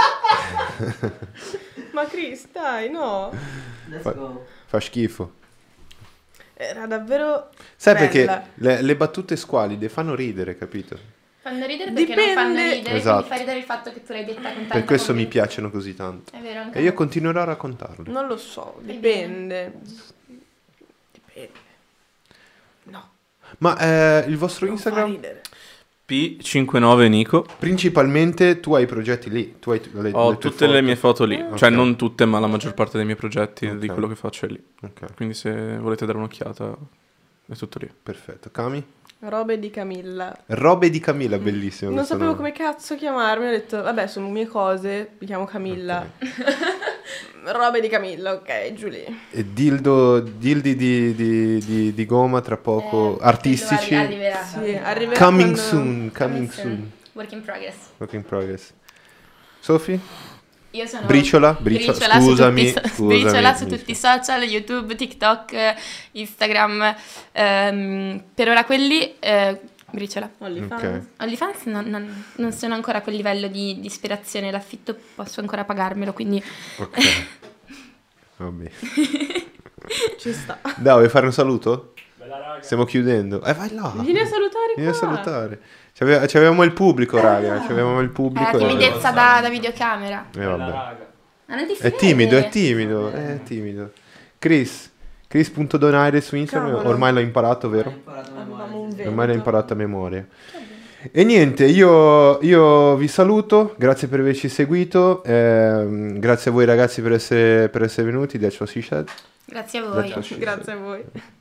Ma Chris, dai, no. Let's Fa- go. Fa schifo. Era davvero Sai bella. perché le, le battute squalide fanno ridere, capito? Fanno ridere perché Dipende. non fanno ridere, Esatto. quindi fa ridere il fatto che tu l'hai detta con tanta Per questo mi convinzione. piacciono così tanto. È vero, anche E a io me. continuerò a raccontarle. Non lo so, Fai dipende. Dipende. No. Ma eh, il vostro Non fa Instagram? ridere. P cinquantanove Nico. Principalmente tu hai i progetti lì. Tu hai t- le, Ho le tue tutte le foto. mie foto lì. Ok. Cioè non tutte, ma la maggior parte dei miei progetti di Ok. quello che faccio è lì. Ok, Quindi se volete dare un'occhiata è tutto lì. perfetto. Cami? Robe di Camilla. Robe di Camilla, bellissimo. Non questo sapevo nome. come cazzo chiamarmi, ho detto, vabbè, sono mie cose, mi chiamo Camilla. Robe di Camilla, ok, giù lì. E dildo, dildi di, di, di, di goma tra poco, Eh, artistici. credo arri- Arriverà. Sì, arriverà Coming quando- soon, coming soon. Work in progress. Work in progress. Sophie? Io sono Briciola? Briciola, Briciola su scusami, tutti, i so- scusami, Briciola su Briciola. tutti i social, YouTube, TikTok, eh, Instagram. ehm, per ora quelli, eh, Briciola. OnlyFans. Ok. OnlyFans non, non- non sono ancora a quel livello di, di ispirazione, l'affitto posso ancora pagarmelo, quindi Ok. Vabbè. Ci sta. Dai, vuoi fare un saluto? Stiamo chiudendo. Eh, vai là. Vieni a salutare Vieni a qua. salutare. C'ave- C'avevamo il pubblico, raga. C'avevamo il è pubblico. la timidezza da, da videocamera. E vabbè. Ma non ti si È timido, vede? è timido, è timido. Chris, Chris.donaire su Instagram, Cavolo. ormai l'ho imparato, Hai vero? imparato a Avevamo memoria, un sì, sì. velo. Ormai l'ho imparato a memoria. E niente, io, io vi saluto, grazie per averci seguito, ehm, grazie a voi ragazzi per essere, per essere venuti, that's what she said. Grazie a That's voi. what she said. Grazie a voi.